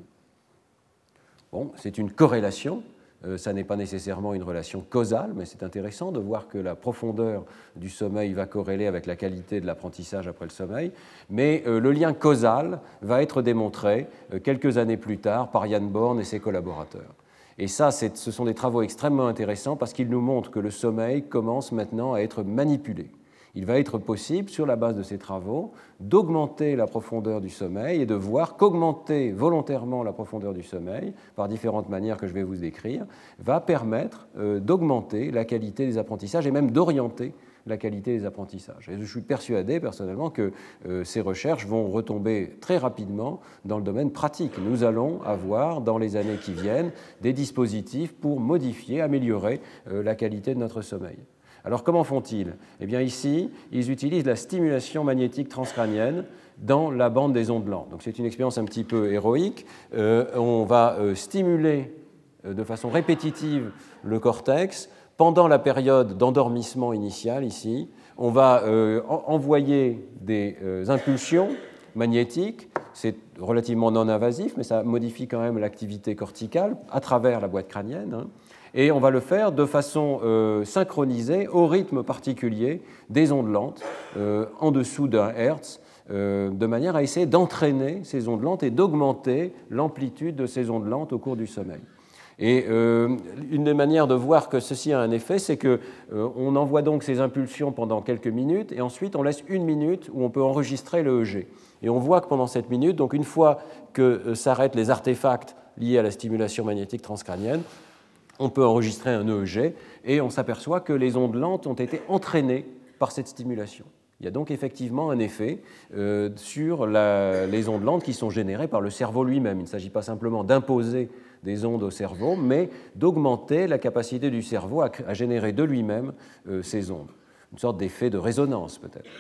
Bon, c'est une corrélation, euh, ça n'est pas nécessairement une relation causale, mais c'est intéressant de voir que la profondeur du sommeil va corréler avec la qualité de l'apprentissage après le sommeil, mais euh, le lien causal va être démontré euh, quelques années plus tard par Jan Born et ses collaborateurs. Et ça, ce sont des travaux extrêmement intéressants parce qu'ils nous montrent que le sommeil commence maintenant à être manipulé. Il va être possible, sur la base de ces travaux, d'augmenter la profondeur du sommeil et de voir qu'augmenter volontairement la profondeur du sommeil, par différentes manières que je vais vous décrire, va permettre euh, d'augmenter la qualité des apprentissages et même d'orienter la qualité des apprentissages. Et je suis persuadé personnellement que euh, ces recherches vont retomber très rapidement dans le domaine pratique. Nous allons avoir, dans les années qui viennent, des dispositifs pour modifier, améliorer euh, la qualité de notre sommeil. Alors comment font-ils? Eh bien ici, ils utilisent la stimulation magnétique transcrânienne dans la bande des ondes lentes. Donc c'est une expérience un petit peu héroïque. Euh, on va euh, stimuler euh, de façon répétitive le cortex pendant la période d'endormissement initial ici. On va euh, en envoyer des euh, impulsions magnétiques. C'est relativement non invasif, mais ça modifie quand même l'activité corticale à travers la boîte crânienne, hein. Et on va le faire de façon euh, synchronisée au rythme particulier des ondes lentes, euh, en dessous d'un hertz, euh, de manière à essayer d'entraîner ces ondes lentes et d'augmenter l'amplitude de ces ondes lentes au cours du sommeil. Et euh, une des manières de voir que ceci a un effet, c'est qu'on euh, envoie donc ces impulsions pendant quelques minutes et ensuite on laisse une minute où on peut enregistrer le E G. Et on voit que pendant cette minute, donc une fois que euh, s'arrêtent les artefacts liés à la stimulation magnétique transcrânienne, on peut enregistrer un E E G et on s'aperçoit que les ondes lentes ont été entraînées par cette stimulation. Il y a donc effectivement un effet euh, sur la, les ondes lentes qui sont générées par le cerveau lui-même. Il ne s'agit pas simplement d'imposer des ondes au cerveau, mais d'augmenter la capacité du cerveau à, à générer de lui-même euh, ces ondes. Une sorte d'effet de résonance peut-être.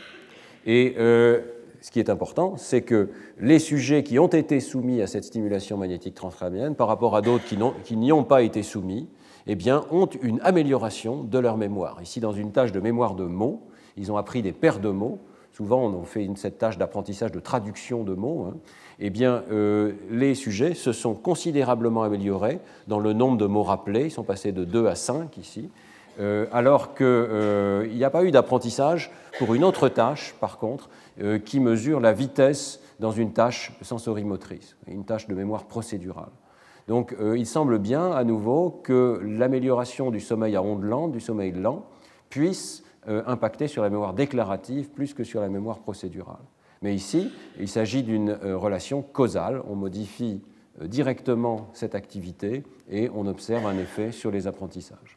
Et euh, ce qui est important, c'est que les sujets qui ont été soumis à cette stimulation magnétique transcrânienne, par rapport à d'autres qui n'y ont pas été soumis, eh bien, ont une amélioration de leur mémoire. Ici, dans une tâche de mémoire de mots, ils ont appris des paires de mots. Souvent, on fait une, cette tâche d'apprentissage de traduction de mots. Hein. Eh bien, euh, les sujets se sont considérablement améliorés dans le nombre de mots rappelés. Ils sont passés de deux à cinq ici. Euh, alors qu'il euh, n'y a pas eu d'apprentissage pour une autre tâche, par contre, euh, qui mesure la vitesse dans une tâche sensorimotrice, une tâche de mémoire procédurale. Donc euh, il semble bien, à nouveau, que l'amélioration du sommeil à ondes lentes, du sommeil lent, puisse euh, impacter sur la mémoire déclarative plus que sur la mémoire procédurale. Mais ici, il s'agit d'une euh, relation causale. On modifie euh, directement cette activité et on observe un effet sur les apprentissages.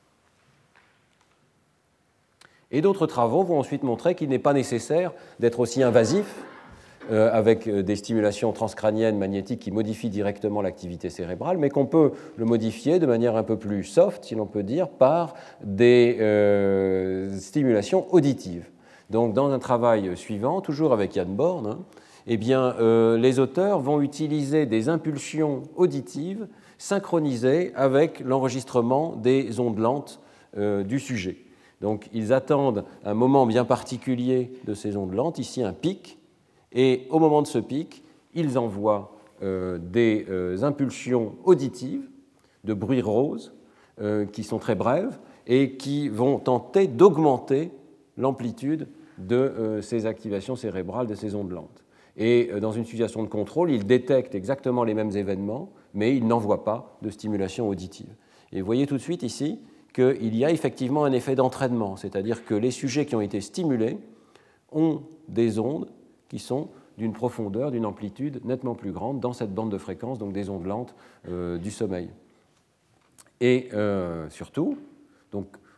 Et d'autres travaux vont ensuite montrer qu'il n'est pas nécessaire d'être aussi invasif euh, avec des stimulations transcrâniennes magnétiques qui modifient directement l'activité cérébrale, mais qu'on peut le modifier de manière un peu plus soft, si l'on peut dire, par des euh, stimulations auditives. Donc, dans un travail suivant, toujours avec Jan Born, hein, eh bien, euh, les auteurs vont utiliser des impulsions auditives synchronisées avec l'enregistrement des ondes lentes euh, du sujet. Donc, ils attendent un moment bien particulier de ces ondes lentes, ici un pic, et au moment de ce pic, ils envoient euh, des euh, impulsions auditives de bruits roses euh, qui sont très brèves et qui vont tenter d'augmenter l'amplitude de euh, ces activations cérébrales, de ces ondes lentes. Et euh, dans une situation de contrôle, ils détectent exactement les mêmes événements, mais ils n'envoient pas de stimulation auditive. Et vous voyez tout de suite ici qu'il y a effectivement un effet d'entraînement, c'est-à-dire que les sujets qui ont été stimulés ont des ondes qui sont d'une profondeur, d'une amplitude nettement plus grande dans cette bande de fréquence, donc des ondes lentes euh, du sommeil. Et euh, surtout, donc,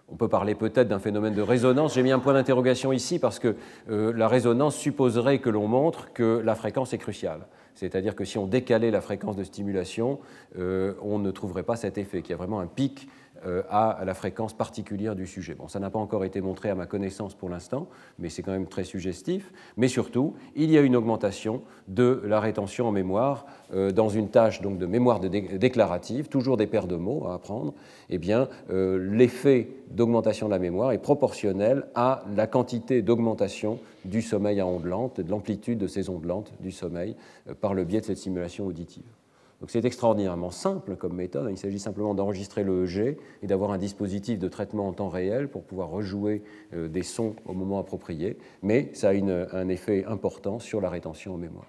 On peut parler peut-être d'un phénomène de résonance. J'ai mis un point d'interrogation ici parce que euh, la résonance supposerait que l'on montre que la fréquence est cruciale. C'est-à-dire que si on décalait la fréquence de stimulation, euh, on ne trouverait pas cet effet, qu'il y a vraiment un pic euh, à la fréquence particulière du sujet. Bon, ça n'a pas encore été montré à ma connaissance pour l'instant, mais c'est quand même très suggestif. Mais surtout, il y a une augmentation de la rétention en mémoire euh, dans une tâche donc, de mémoire de dé déclarative, toujours des paires de mots à apprendre. Eh bien, euh, l'effet d'augmentation de la mémoire est proportionnel à la quantité d'augmentation du sommeil à ondes lentes, de l'amplitude de ces ondes lentes du sommeil euh, par le biais de cette simulation auditive. Donc c'est extraordinairement simple comme méthode. Il s'agit simplement d'enregistrer le E E G et d'avoir un dispositif de traitement en temps réel pour pouvoir rejouer euh, des sons au moment approprié, mais ça a une, un effet important sur la rétention en mémoire.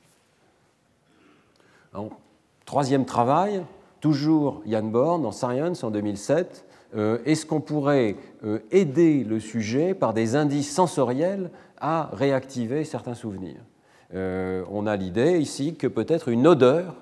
Alors, troisième travail, toujours Jan Born dans Science en deux mille sept. Euh, est-ce qu'on pourrait euh, aider le sujet par des indices sensoriels à réactiver certains souvenirs? euh, On a l'idée ici que peut-être une odeur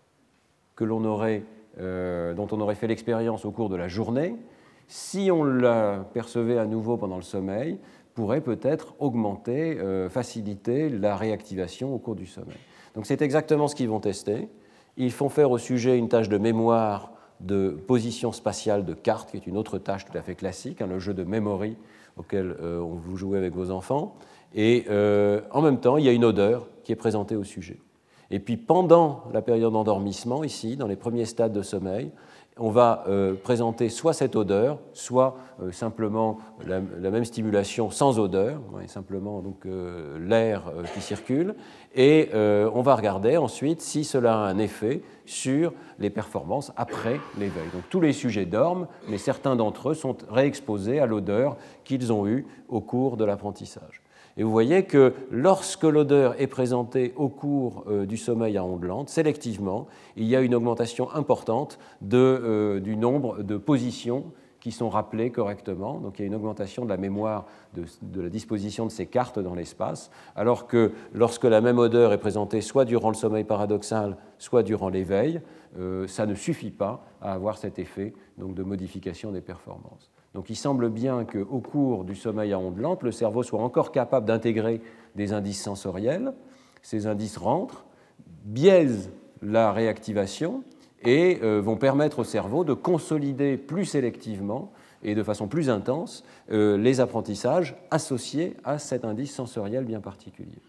que l'on aurait, euh, dont on aurait fait l'expérience au cours de la journée, si on la percevait à nouveau pendant le sommeil, pourrait peut-être augmenter, euh, faciliter la réactivation au cours du sommeil. Donc c'est exactement ce qu'ils vont tester. Ils font faire au sujet une tâche de mémoire de position spatiale de cartes, qui est une autre tâche tout à fait classique, hein, le jeu de memory auquel euh, on vous jouez avec vos enfants. Et euh, en même temps, il y a une odeur qui est présentée au sujet. Et puis pendant la période d'endormissement, ici, dans les premiers stades de sommeil, on va euh, présenter soit cette odeur, soit euh, simplement la, la même stimulation sans odeur, ouais, simplement donc euh, l'air euh, qui circule, et euh, on va regarder ensuite si cela a un effet sur les performances après l'éveil. Donc tous les sujets dorment, mais certains d'entre eux sont réexposés à l'odeur qu'ils ont eue au cours de l'apprentissage. Et vous voyez que lorsque l'odeur est présentée au cours euh, du sommeil à ondes lentes, sélectivement, il y a une augmentation importante de, euh, du nombre de positions qui sont rappelées correctement. Donc il y a une augmentation de la mémoire, de, de la disposition de ces cartes dans l'espace, alors que lorsque la même odeur est présentée soit durant le sommeil paradoxal, soit durant l'éveil, euh, ça ne suffit pas à avoir cet effet donc, de modification des performances. Donc il semble bien qu'au cours du sommeil à ondes lentes, le cerveau soit encore capable d'intégrer des indices sensoriels. Ces indices rentrent, biaisent la réactivation et euh, vont permettre au cerveau de consolider plus sélectivement et de façon plus intense euh, les apprentissages associés à cet indice sensoriel bien particulier.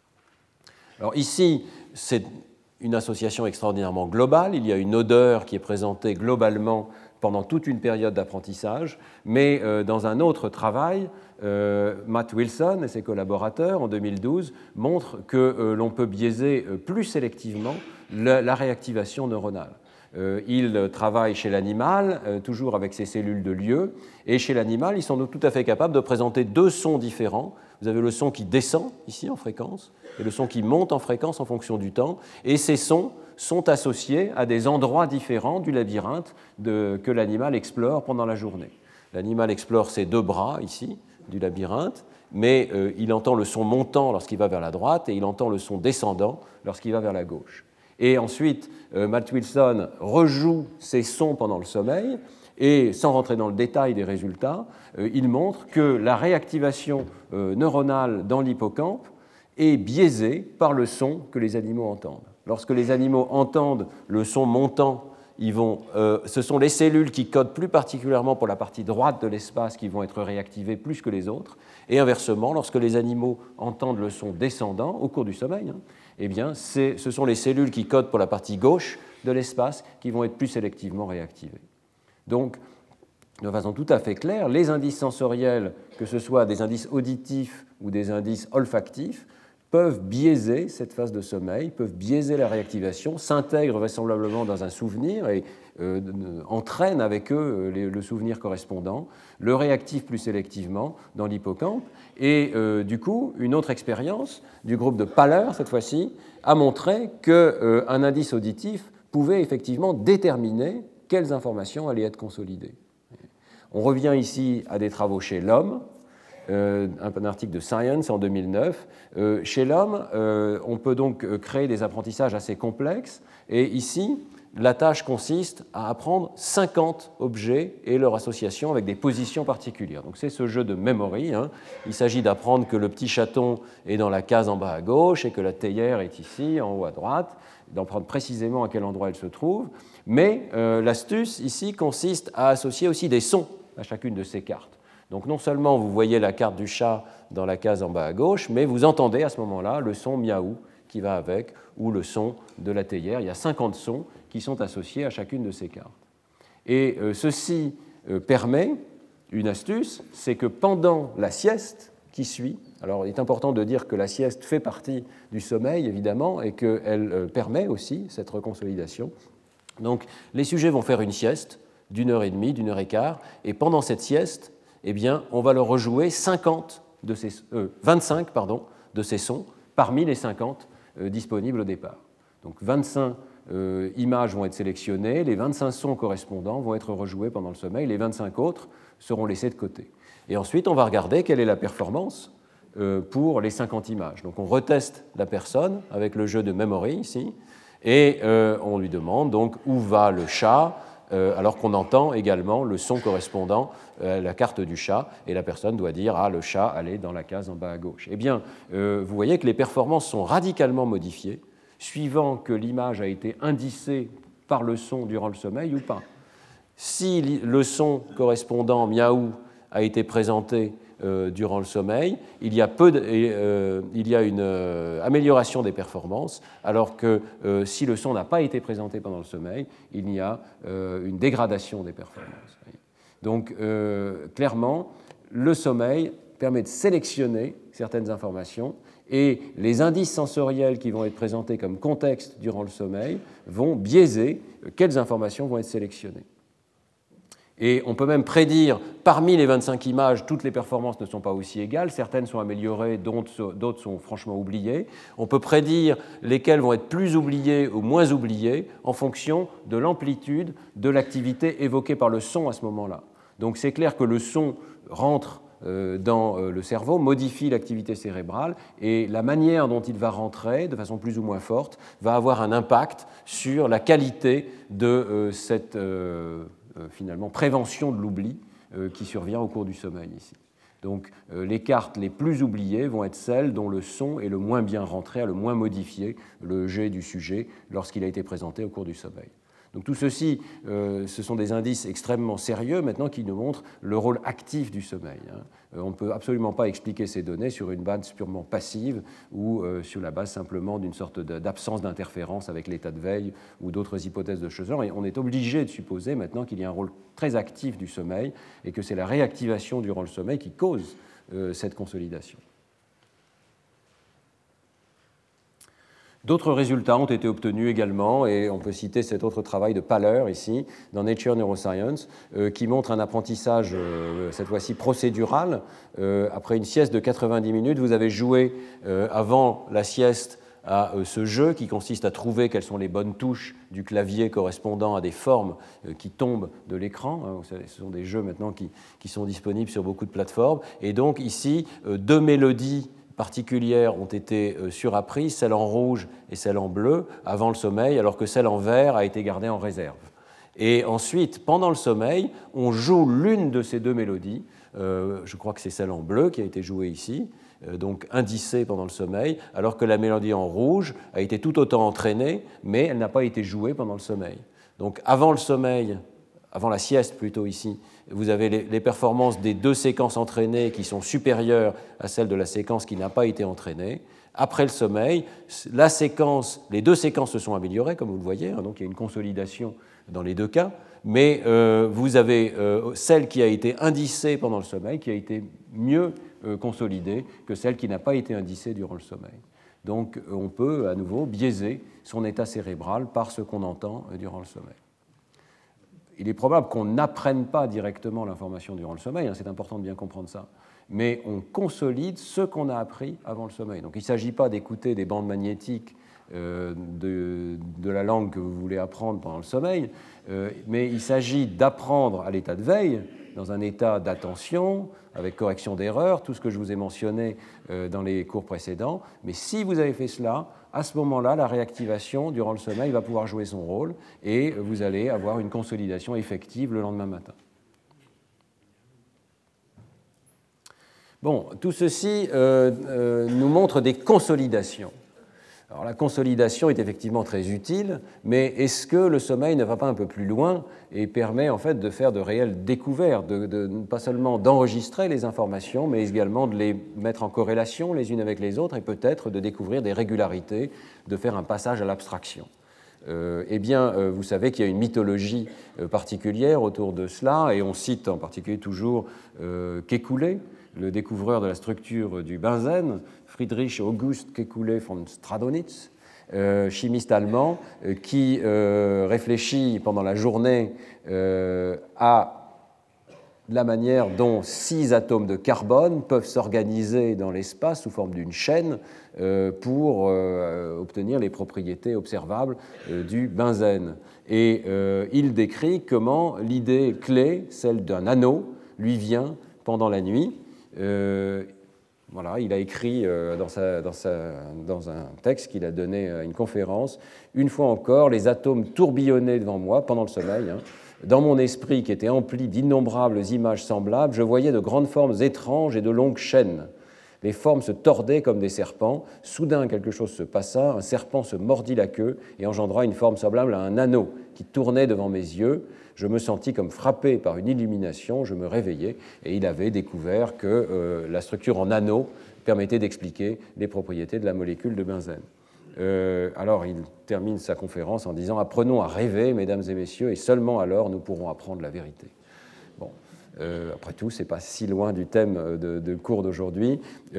Alors ici, c'est une association extraordinairement globale. Il y a une odeur qui est présentée globalement pendant toute une période d'apprentissage, mais euh, dans un autre travail, euh, Matt Wilson et ses collaborateurs, en deux mille douze, montrent que euh, l'on peut biaiser euh, plus sélectivement la, la réactivation neuronale. Euh, ils travaillent chez l'animal, euh, toujours avec ces cellules de lieu, et chez l'animal, ils sont donc tout à fait capables de présenter deux sons différents. Vous avez le son qui descend, ici, en fréquence, et le son qui monte en fréquence en fonction du temps, et ces sons sont associés à des endroits différents du labyrinthe de, que l'animal explore pendant la journée. L'animal explore ses deux bras, ici, du labyrinthe, mais euh, il entend le son montant lorsqu'il va vers la droite et il entend le son descendant lorsqu'il va vers la gauche. Et ensuite, euh, Matt Wilson rejoue ces sons pendant le sommeil et, sans rentrer dans le détail des résultats, euh, il montre que la réactivation euh, neuronale dans l'hippocampe est biaisée par le son que les animaux entendent. Lorsque les animaux entendent le son montant, ils vont, euh, ce sont les cellules qui codent plus particulièrement pour la partie droite de l'espace qui vont être réactivées plus que les autres. Et inversement, lorsque les animaux entendent le son descendant au cours du sommeil, hein, eh bien, ce sont les cellules qui codent pour la partie gauche de l'espace qui vont être plus sélectivement réactivées. Donc, de façon tout à fait claire, les indices sensoriels, que ce soit des indices auditifs ou des indices olfactifs, peuvent biaiser cette phase de sommeil, peuvent biaiser la réactivation, s'intègrent vraisemblablement dans un souvenir et euh, entraînent avec eux euh, les, le souvenir correspondant, le réactivent plus sélectivement dans l'hippocampe. Et euh, du coup, une autre expérience du groupe de Paller, cette fois-ci, a montré qu'un euh, indice auditif pouvait effectivement déterminer quelles informations allaient être consolidées. On revient ici à des travaux chez l'homme, Euh, un article de Science en deux mille neuf. Euh, chez l'homme, euh, on peut donc créer des apprentissages assez complexes. Et ici, la tâche consiste à apprendre cinquante objets et leur association avec des positions particulières. Donc c'est ce jeu de memory. Hein. Il s'agit d'apprendre que le petit chaton est dans la case en bas à gauche et que la théière est ici, en haut à droite, d'en prendre précisément à quel endroit elle se trouve. Mais euh, l'astuce ici consiste à associer aussi des sons à chacune de ces cartes. Donc non seulement vous voyez la carte du chat dans la case en bas à gauche, mais vous entendez à ce moment-là le son miaou qui va avec, ou le son de la théière. Il y a cinquante sons qui sont associés à chacune de ces cartes. Et euh, ceci euh, permet une astuce, c'est que pendant la sieste qui suit, alors il est important de dire que la sieste fait partie du sommeil, évidemment, et qu'elle euh, permet aussi cette reconsolidation. Donc les sujets vont faire une sieste d'une heure et demie, d'une heure et quart, et pendant cette sieste, eh bien, on va leur rejouer cinquante de ces, euh, vingt-cinq pardon, de ces sons parmi les cinquante euh, disponibles au départ. Donc vingt-cinq euh, images vont être sélectionnées, les vingt-cinq sons correspondants vont être rejoués pendant le sommeil, les vingt-cinq autres seront laissés de côté. Et ensuite, on va regarder quelle est la performance euh, pour les cinquante images. Donc on reteste la personne avec le jeu de memory ici, et euh, on lui demande donc où va le chat, euh, alors qu'on entend également le son correspondant à la carte du chat, et la personne doit dire « Ah, le chat, elle est dans la case en bas à gauche ». Eh bien, euh, vous voyez que les performances sont radicalement modifiées, suivant que l'image a été indicée par le son durant le sommeil ou pas. Si le son correspondant miaou a été présenté euh, durant le sommeil, il y a, peu de, euh, il y a une euh, amélioration des performances, alors que euh, si le son n'a pas été présenté pendant le sommeil, il y a euh, une dégradation des performances. Donc, euh, clairement, le sommeil permet de sélectionner certaines informations et les indices sensoriels qui vont être présentés comme contexte durant le sommeil vont biaiser quelles informations vont être sélectionnées. Et on peut même prédire, parmi les vingt-cinq images, toutes les performances ne sont pas aussi égales, certaines sont améliorées, d'autres sont franchement oubliées. On peut prédire lesquelles vont être plus oubliées ou moins oubliées en fonction de l'amplitude de l'activité évoquée par le son à ce moment-là. Donc c'est clair que le son rentre dans le cerveau, modifie l'activité cérébrale, et la manière dont il va rentrer, de façon plus ou moins forte, va avoir un impact sur la qualité de cette euh, finalement prévention de l'oubli euh, qui survient au cours du sommeil ici. Donc euh, les cartes les plus oubliées vont être celles dont le son est le moins bien rentré, a le moins modifié le jet du sujet lorsqu'il a été présenté au cours du sommeil. Donc tout ceci, euh, ce sont des indices extrêmement sérieux maintenant qui nous montrent le rôle actif du sommeil. Hein. Euh, on ne peut absolument pas expliquer ces données sur une base purement passive ou euh, sur la base simplement d'une sorte d'absence d'interférence avec l'état de veille ou d'autres hypothèses de ce genre. Et on est obligé de supposer maintenant qu'il y a un rôle très actif du sommeil et que c'est la réactivation durant le sommeil qui cause euh, cette consolidation. D'autres résultats ont été obtenus également, et on peut citer cet autre travail de Paller ici, dans Nature Neuroscience, euh, qui montre un apprentissage, euh, cette fois-ci procédural. Euh, après une sieste de quatre-vingt-dix minutes, vous avez joué euh, avant la sieste à euh, ce jeu qui consiste à trouver quelles sont les bonnes touches du clavier correspondant à des formes euh, qui tombent de l'écran. Hein, vous savez, ce sont des jeux maintenant qui, qui sont disponibles sur beaucoup de plateformes. Et donc ici, euh, deux mélodies particulières ont été surapprises, celle en rouge et celle en bleu, avant le sommeil, alors que celle en vert a été gardée en réserve. Et ensuite, pendant le sommeil, on joue l'une de ces deux mélodies, euh, je crois que c'est celle en bleu qui a été jouée ici, euh, donc indicée pendant le sommeil, alors que la mélodie en rouge a été tout autant entraînée, mais elle n'a pas été jouée pendant le sommeil. Donc avant le sommeil, avant la sieste plutôt ici, vous avez les performances des deux séquences entraînées qui sont supérieures à celles de la séquence qui n'a pas été entraînée. Après le sommeil, la séquence, les deux séquences se sont améliorées, comme vous le voyez, hein, donc il y a une consolidation dans les deux cas, mais euh, vous avez euh, celle qui a été indicée pendant le sommeil, qui a été mieux euh, consolidée que celle qui n'a pas été indicée durant le sommeil. Donc on peut à nouveau biaiser son état cérébral par ce qu'on entend durant le sommeil. Il est probable qu'on n'apprenne pas directement l'information durant le sommeil, hein, c'est important de bien comprendre ça, mais on consolide ce qu'on a appris avant le sommeil. Donc il ne s'agit pas d'écouter des bandes magnétiques euh, de, de la langue que vous voulez apprendre pendant le sommeil, euh, mais il s'agit d'apprendre à l'état de veille, dans un état d'attention, avec correction d'erreurs, tout ce que je vous ai mentionné euh, dans les cours précédents. Mais si vous avez fait cela, à ce moment-là, la réactivation durant le sommeil va pouvoir jouer son rôle et vous allez avoir une consolidation effective le lendemain matin. Bon, tout ceci euh, euh, nous montre des consolidations. Alors la consolidation est effectivement très utile, mais est-ce que le sommeil ne va pas un peu plus loin et permet en fait de faire de réelles découvertes, de, de, pas seulement d'enregistrer les informations, mais également de les mettre en corrélation les unes avec les autres et peut-être de découvrir des régularités, de faire un passage à l'abstraction. Euh, eh bien, euh, vous savez qu'il y a une mythologie euh, particulière autour de cela, et on cite en particulier toujours euh, Kekulé, le découvreur de la structure du benzène, Friedrich August Kekulé von Stradonitz, euh, chimiste allemand, euh, qui euh, réfléchit pendant la journée euh, à la manière dont six atomes de carbone peuvent s'organiser dans l'espace sous forme d'une chaîne euh, pour euh, obtenir les propriétés observables euh, du benzène. Et euh, il décrit comment l'idée clé, celle d'un anneau, lui vient pendant la nuit. Euh, voilà, il a écrit euh, dans, sa, dans, sa, dans un texte qu'il a donné à une conférence, une fois encore, les atomes tourbillonnaient devant moi pendant le sommeil. Hein. Dans mon esprit, qui était empli d'innombrables images semblables, je voyais de grandes formes étranges et de longues chaînes. Les formes se tordaient comme des serpents. Soudain, quelque chose se passa, un serpent se mordit la queue et engendra une forme semblable à un anneau qui tournait devant mes yeux. Je me sentis comme frappé par une illumination, je me réveillai et il avait découvert que euh, la structure en anneau permettait d'expliquer les propriétés de la molécule de benzène. Euh, alors il termine sa conférence en disant « Apprenons à rêver, mesdames et messieurs, et seulement alors nous pourrons apprendre la vérité. » Bon, euh, après tout, ce n'est pas si loin du thème de, de cours d'aujourd'hui.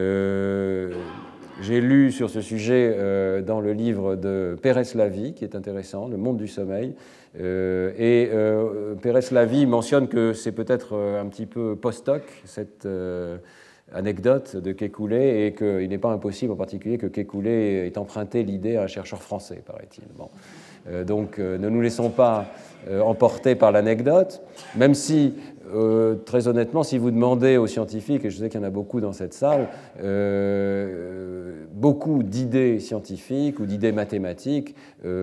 Euh, J'ai lu sur ce sujet euh, dans le livre de Pérez-Lavie, qui est intéressant, Le monde du sommeil. Euh, et euh, Pérez-Lavie mentionne que c'est peut-être un petit peu post-hoc, cette euh, anecdote de Kekulé, et qu'il n'est pas impossible en particulier que Kekulé ait emprunté l'idée à un chercheur français, paraît-il. Bon. Euh, donc euh, ne nous laissons pas euh, emporter par l'anecdote, même si, euh, très honnêtement, si vous demandez aux scientifiques, et je sais qu'il y en a beaucoup dans cette salle, euh, beaucoup d'idées scientifiques ou d'idées mathématiques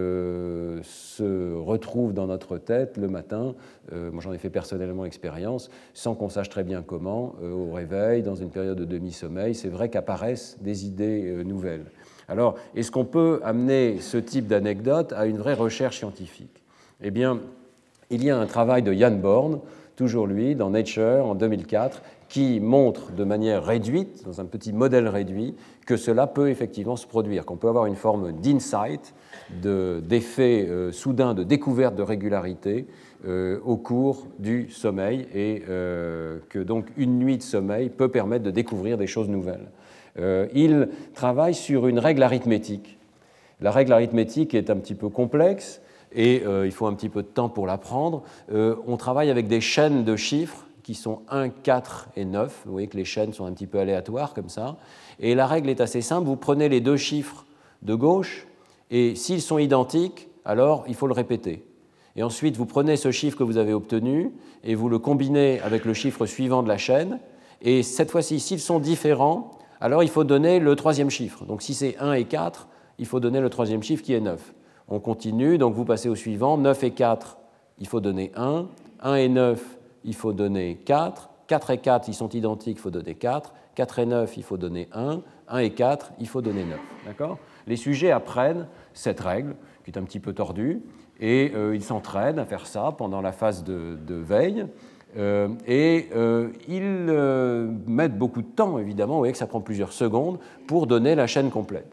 euh, se retrouvent dans notre tête le matin, euh, moi j'en ai fait personnellement expérience, sans qu'on sache très bien comment, euh, au réveil, dans une période de demi-sommeil, c'est vrai qu'apparaissent des idées euh, nouvelles. Alors, est-ce qu'on peut amener ce type d'anecdote à une vraie recherche scientifique? Eh bien, il y a un travail de Jan Born, toujours lui, dans Nature, en deux mille quatre, qui montre de manière réduite, dans un petit modèle réduit, que cela peut effectivement se produire, qu'on peut avoir une forme d'insight, de, d'effet euh, soudain de découverte de régularité euh, au cours du sommeil, et euh, que donc une nuit de sommeil peut permettre de découvrir des choses nouvelles. Euh, il travaille sur une règle arithmétique. La règle arithmétique est un petit peu complexe et euh, il faut un petit peu de temps pour l'apprendre. Euh, on travaille avec des chaînes de chiffres qui sont un, quatre et neuf. Vous voyez que les chaînes sont un petit peu aléatoires comme ça. Et la règle est assez simple. Vous prenez les deux chiffres de gauche et s'ils sont identiques, alors il faut le répéter. Et ensuite, vous prenez ce chiffre que vous avez obtenu et vous le combinez avec le chiffre suivant de la chaîne. Et cette fois-ci, s'ils sont différents, alors il faut donner le troisième chiffre. Donc si c'est un et quatre, il faut donner le troisième chiffre qui est neuf. On continue, donc vous passez au suivant. neuf et quatre, il faut donner un. un et neuf, il faut donner quatre. quatre et quatre, ils sont identiques, il faut donner quatre. quatre et neuf, il faut donner un. un et quatre, il faut donner neuf. D'accord ? Les sujets apprennent cette règle, qui est un petit peu tordue, et euh, ils s'entraînent à faire ça pendant la phase de, de veille. Euh, et euh, ils euh, mettent beaucoup de temps, évidemment, vous voyez que ça prend plusieurs secondes, pour donner la chaîne complète.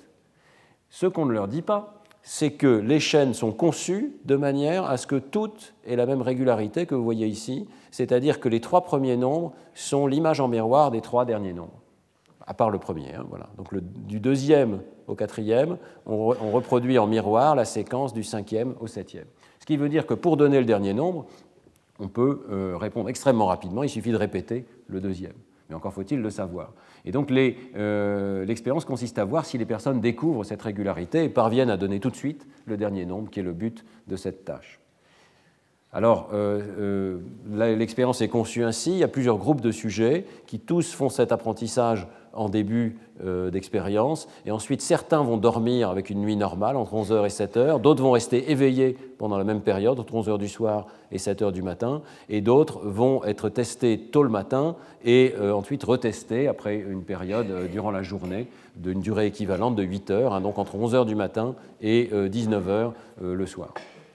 Ce qu'on ne leur dit pas, c'est que les chaînes sont conçues de manière à ce que toutes aient la même régularité que vous voyez ici, c'est-à-dire que les trois premiers nombres sont l'image en miroir des trois derniers nombres, à part le premier. Hein, voilà. Donc le, du deuxième au quatrième, on, re, on reproduit en miroir la séquence du cinquième au septième. Ce qui veut dire que pour donner le dernier nombre, on peut euh, répondre extrêmement rapidement, il suffit de répéter le deuxième. Mais encore faut-il le savoir. Et donc euh, l'expérience consiste à voir si les personnes découvrent cette régularité et parviennent à donner tout de suite le dernier nombre, qui est le but de cette tâche. Alors, euh, euh, l'expérience est conçue ainsi. Il y a plusieurs groupes de sujets qui tous font cet apprentissage en début euh, d'expérience. Et ensuite, certains vont dormir avec une nuit normale, entre onze heures et sept heures. D'autres vont rester éveillés pendant la même période, entre onze heures du soir et sept heures du matin. Et d'autres vont être testés tôt le matin et euh, ensuite retestés après une période euh, durant la journée d'une durée équivalente de huit heures, hein, donc entre onze heures du matin et euh, dix-neuf heures euh, le soir.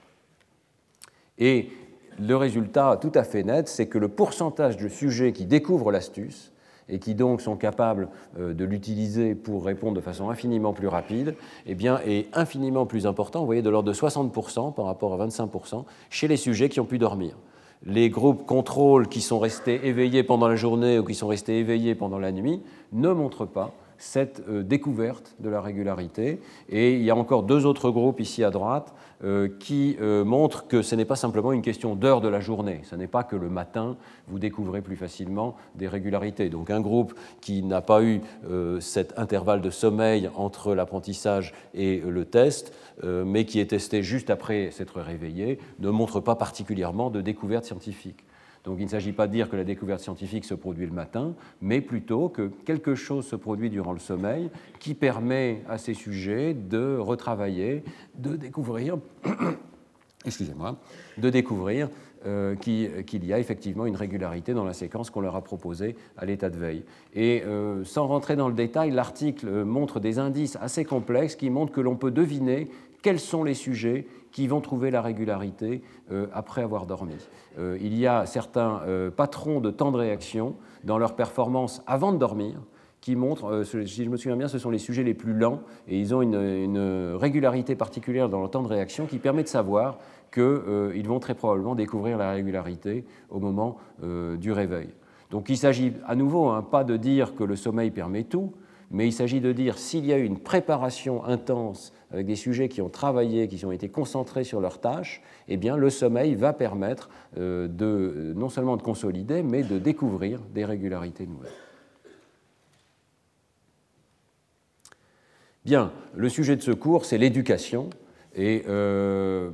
Et le résultat tout à fait net, c'est que le pourcentage de sujets qui découvrent l'astuce et qui donc sont capables de l'utiliser pour répondre de façon infiniment plus rapide, eh bien, est infiniment plus important, vous voyez, de l'ordre de soixante pour cent par rapport à vingt-cinq pour cent chez les sujets qui ont pu dormir. Les groupes contrôle qui sont restés éveillés pendant la journée ou qui sont restés éveillés pendant la nuit ne montrent pas cette euh, découverte de la régularité. Et il y a encore deux autres groupes ici à droite euh, qui euh, montrent que ce n'est pas simplement une question d'heure de la journée. Ce n'est pas que le matin, vous découvrez plus facilement des régularités. Donc un groupe qui n'a pas eu euh, cet intervalle de sommeil entre l'apprentissage et le test, euh, mais qui est testé juste après s'être réveillé, ne montre pas particulièrement de découverte scientifique. Donc il ne s'agit pas de dire que la découverte scientifique se produit le matin, mais plutôt que quelque chose se produit durant le sommeil qui permet à ces sujets de retravailler, de découvrir, excusez-moi, de découvrir euh, qu'il y a effectivement une régularité dans la séquence qu'on leur a proposée à l'état de veille. Et euh, sans rentrer dans le détail, l'article montre des indices assez complexes qui montrent que l'on peut deviner quels sont les sujets qui vont trouver la régularité euh, après avoir dormi. Euh, il y a certains euh, patrons de temps de réaction dans leur performance avant de dormir qui montrent, euh, si je me souviens bien, ce sont les sujets les plus lents et ils ont une, une régularité particulière dans le temps de réaction qui permet de savoir qu'ils euh, vont très probablement découvrir la régularité au moment euh, du réveil. Donc il s'agit à nouveau hein, pas de dire que le sommeil permet tout, mais il s'agit de dire s'il y a eu une préparation intense avec des sujets qui ont travaillé, qui ont été concentrés sur leurs tâches, eh bien, le sommeil va permettre euh, de, non seulement de consolider, mais de découvrir des régularités nouvelles. Bien, le sujet de ce cours, c'est l'éducation et euh,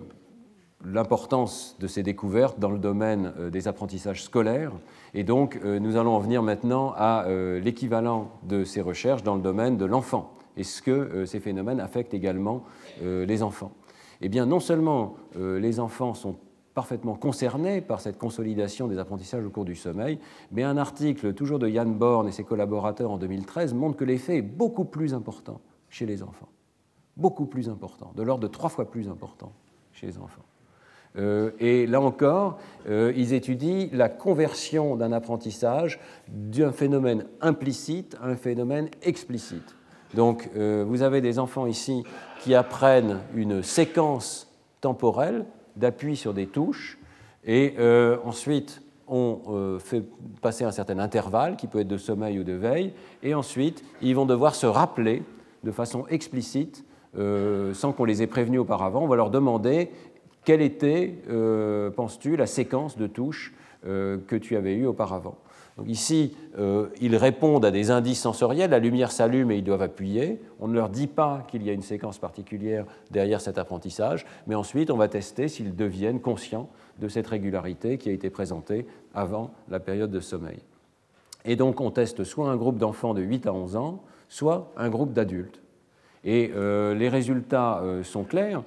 l'importance de ces découvertes dans le domaine euh, des apprentissages scolaires. Et donc, euh, nous allons en venir maintenant à euh, l'équivalent de ces recherches dans le domaine de l'enfant. Est-ce que euh, ces phénomènes affectent également euh, les enfants? Eh bien, non seulement euh, les enfants sont parfaitement concernés par cette consolidation des apprentissages au cours du sommeil, mais un article toujours de Jan Born et ses collaborateurs en deux mille treize montre que l'effet est beaucoup plus important chez les enfants. Beaucoup plus important, de l'ordre de trois fois plus important chez les enfants. Euh, et là encore, euh, ils étudient la conversion d'un apprentissage d'un phénomène implicite à un phénomène explicite. Donc, euh, vous avez des enfants ici qui apprennent une séquence temporelle d'appui sur des touches, et euh, ensuite on euh, fait passer un certain intervalle qui peut être de sommeil ou de veille, et ensuite ils vont devoir se rappeler de façon explicite, euh, sans qu'on les ait prévenus auparavant. On va leur demander quelle était, euh, penses-tu, la séquence de touches euh, que tu avais eue auparavant. Donc ici, euh, ils répondent à des indices sensoriels, la lumière s'allume et ils doivent appuyer. On ne leur dit pas qu'il y a une séquence particulière derrière cet apprentissage, mais ensuite on va tester s'ils deviennent conscients de cette régularité qui a été présentée avant la période de sommeil. Et donc on teste soit un groupe d'enfants de huit à onze ans, soit un groupe d'adultes. Et euh, les résultats euh, sont clairs.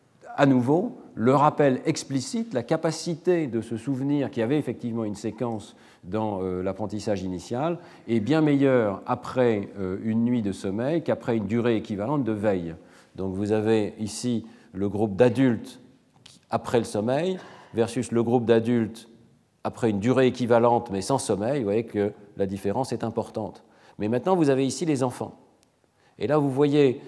À nouveau, le rappel explicite, la capacité de se souvenir qu'il y avait effectivement une séquence dans euh, l'apprentissage initial est bien meilleure après euh, une nuit de sommeil qu'après une durée équivalente de veille. Donc vous avez ici le groupe d'adultes après le sommeil versus le groupe d'adultes après une durée équivalente mais sans sommeil. Vous voyez que la différence est importante. Mais maintenant, vous avez ici les enfants. Et là, vous voyez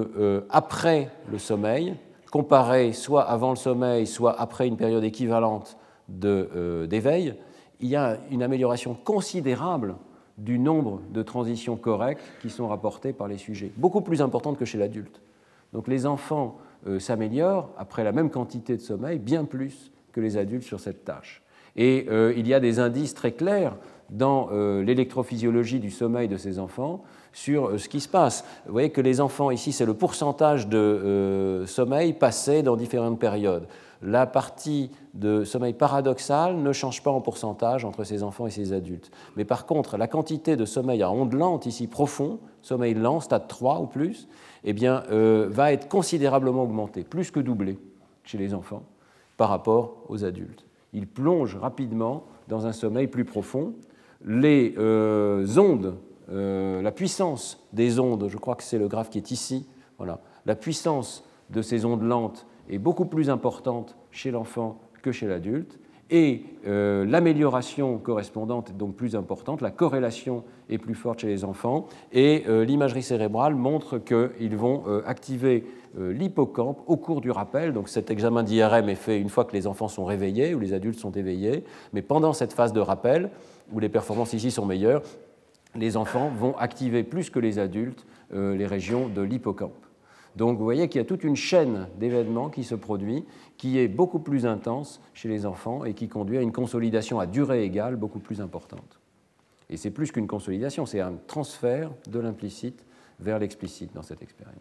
qu'après euh, le sommeil, comparé soit avant le sommeil, soit après une période équivalente de, euh, d'éveil, il y a une amélioration considérable du nombre de transitions correctes qui sont rapportées par les sujets, beaucoup plus importante que chez l'adulte. Donc les enfants euh, s'améliorent après la même quantité de sommeil, bien plus que les adultes sur cette tâche. Et euh, il y a des indices très clairs dans euh, l'électrophysiologie du sommeil de ces enfants sur euh, ce qui se passe. Vous voyez que les enfants, ici, c'est le pourcentage de euh, sommeil passé dans différentes périodes. La partie de sommeil paradoxal ne change pas en pourcentage entre ces enfants et ces adultes. Mais par contre, la quantité de sommeil à ondes lentes, ici profond, sommeil lent, stade trois ou plus, eh bien, euh, va être considérablement augmentée, plus que doublée chez les enfants par rapport aux adultes. Ils plongent rapidement dans un sommeil plus profond. Les euh, ondes, euh, la puissance des ondes, je crois que c'est le graphe qui est ici, voilà, la puissance de ces ondes lentes est beaucoup plus importante chez l'enfant que chez l'adulte, et euh, l'amélioration correspondante est donc plus importante, la corrélation est plus forte chez les enfants, et euh, l'imagerie cérébrale montre qu'ils vont euh, activer euh, l'hippocampe au cours du rappel. Donc cet examen d'I R M est fait une fois que les enfants sont réveillés ou les adultes sont éveillés, mais pendant cette phase de rappel, où les performances ici sont meilleures, les enfants vont activer plus que les adultes euh, les régions de l'hippocampe. Donc vous voyez qu'il y a toute une chaîne d'événements qui se produit, qui est beaucoup plus intense chez les enfants et qui conduit à une consolidation à durée égale beaucoup plus importante. Et c'est plus qu'une consolidation, c'est un transfert de l'implicite vers l'explicite dans cette expérience.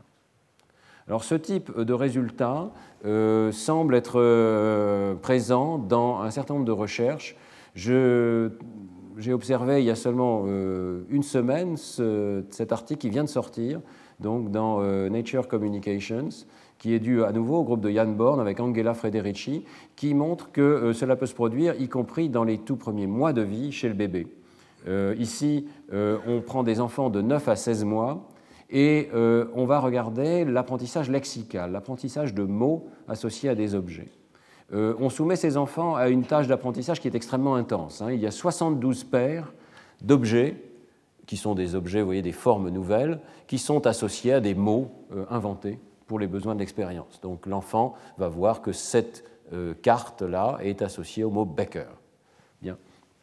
Alors ce type de résultat euh, semble être euh, présent dans un certain nombre de recherches. Je, j'ai observé il y a seulement euh, une semaine ce, cet article qui vient de sortir, donc dans euh, Nature Communications, qui est dû à nouveau au groupe de Jan Born avec Angela Frederici, qui montre que euh, cela peut se produire, y compris dans les tout premiers mois de vie chez le bébé. Euh, ici, euh, on prend des enfants de neuf à seize mois et euh, on va regarder l'apprentissage lexical, l'apprentissage de mots associés à des objets. Euh, on soumet ces enfants à une tâche d'apprentissage qui est extrêmement intense, hein. Il y a soixante-douze paires d'objets qui sont des objets, vous voyez, des formes nouvelles, qui sont associés à des mots euh, inventés pour les besoins de l'expérience. Donc l'enfant va voir que cette euh, carte-là est associée au mot Becker. Bien.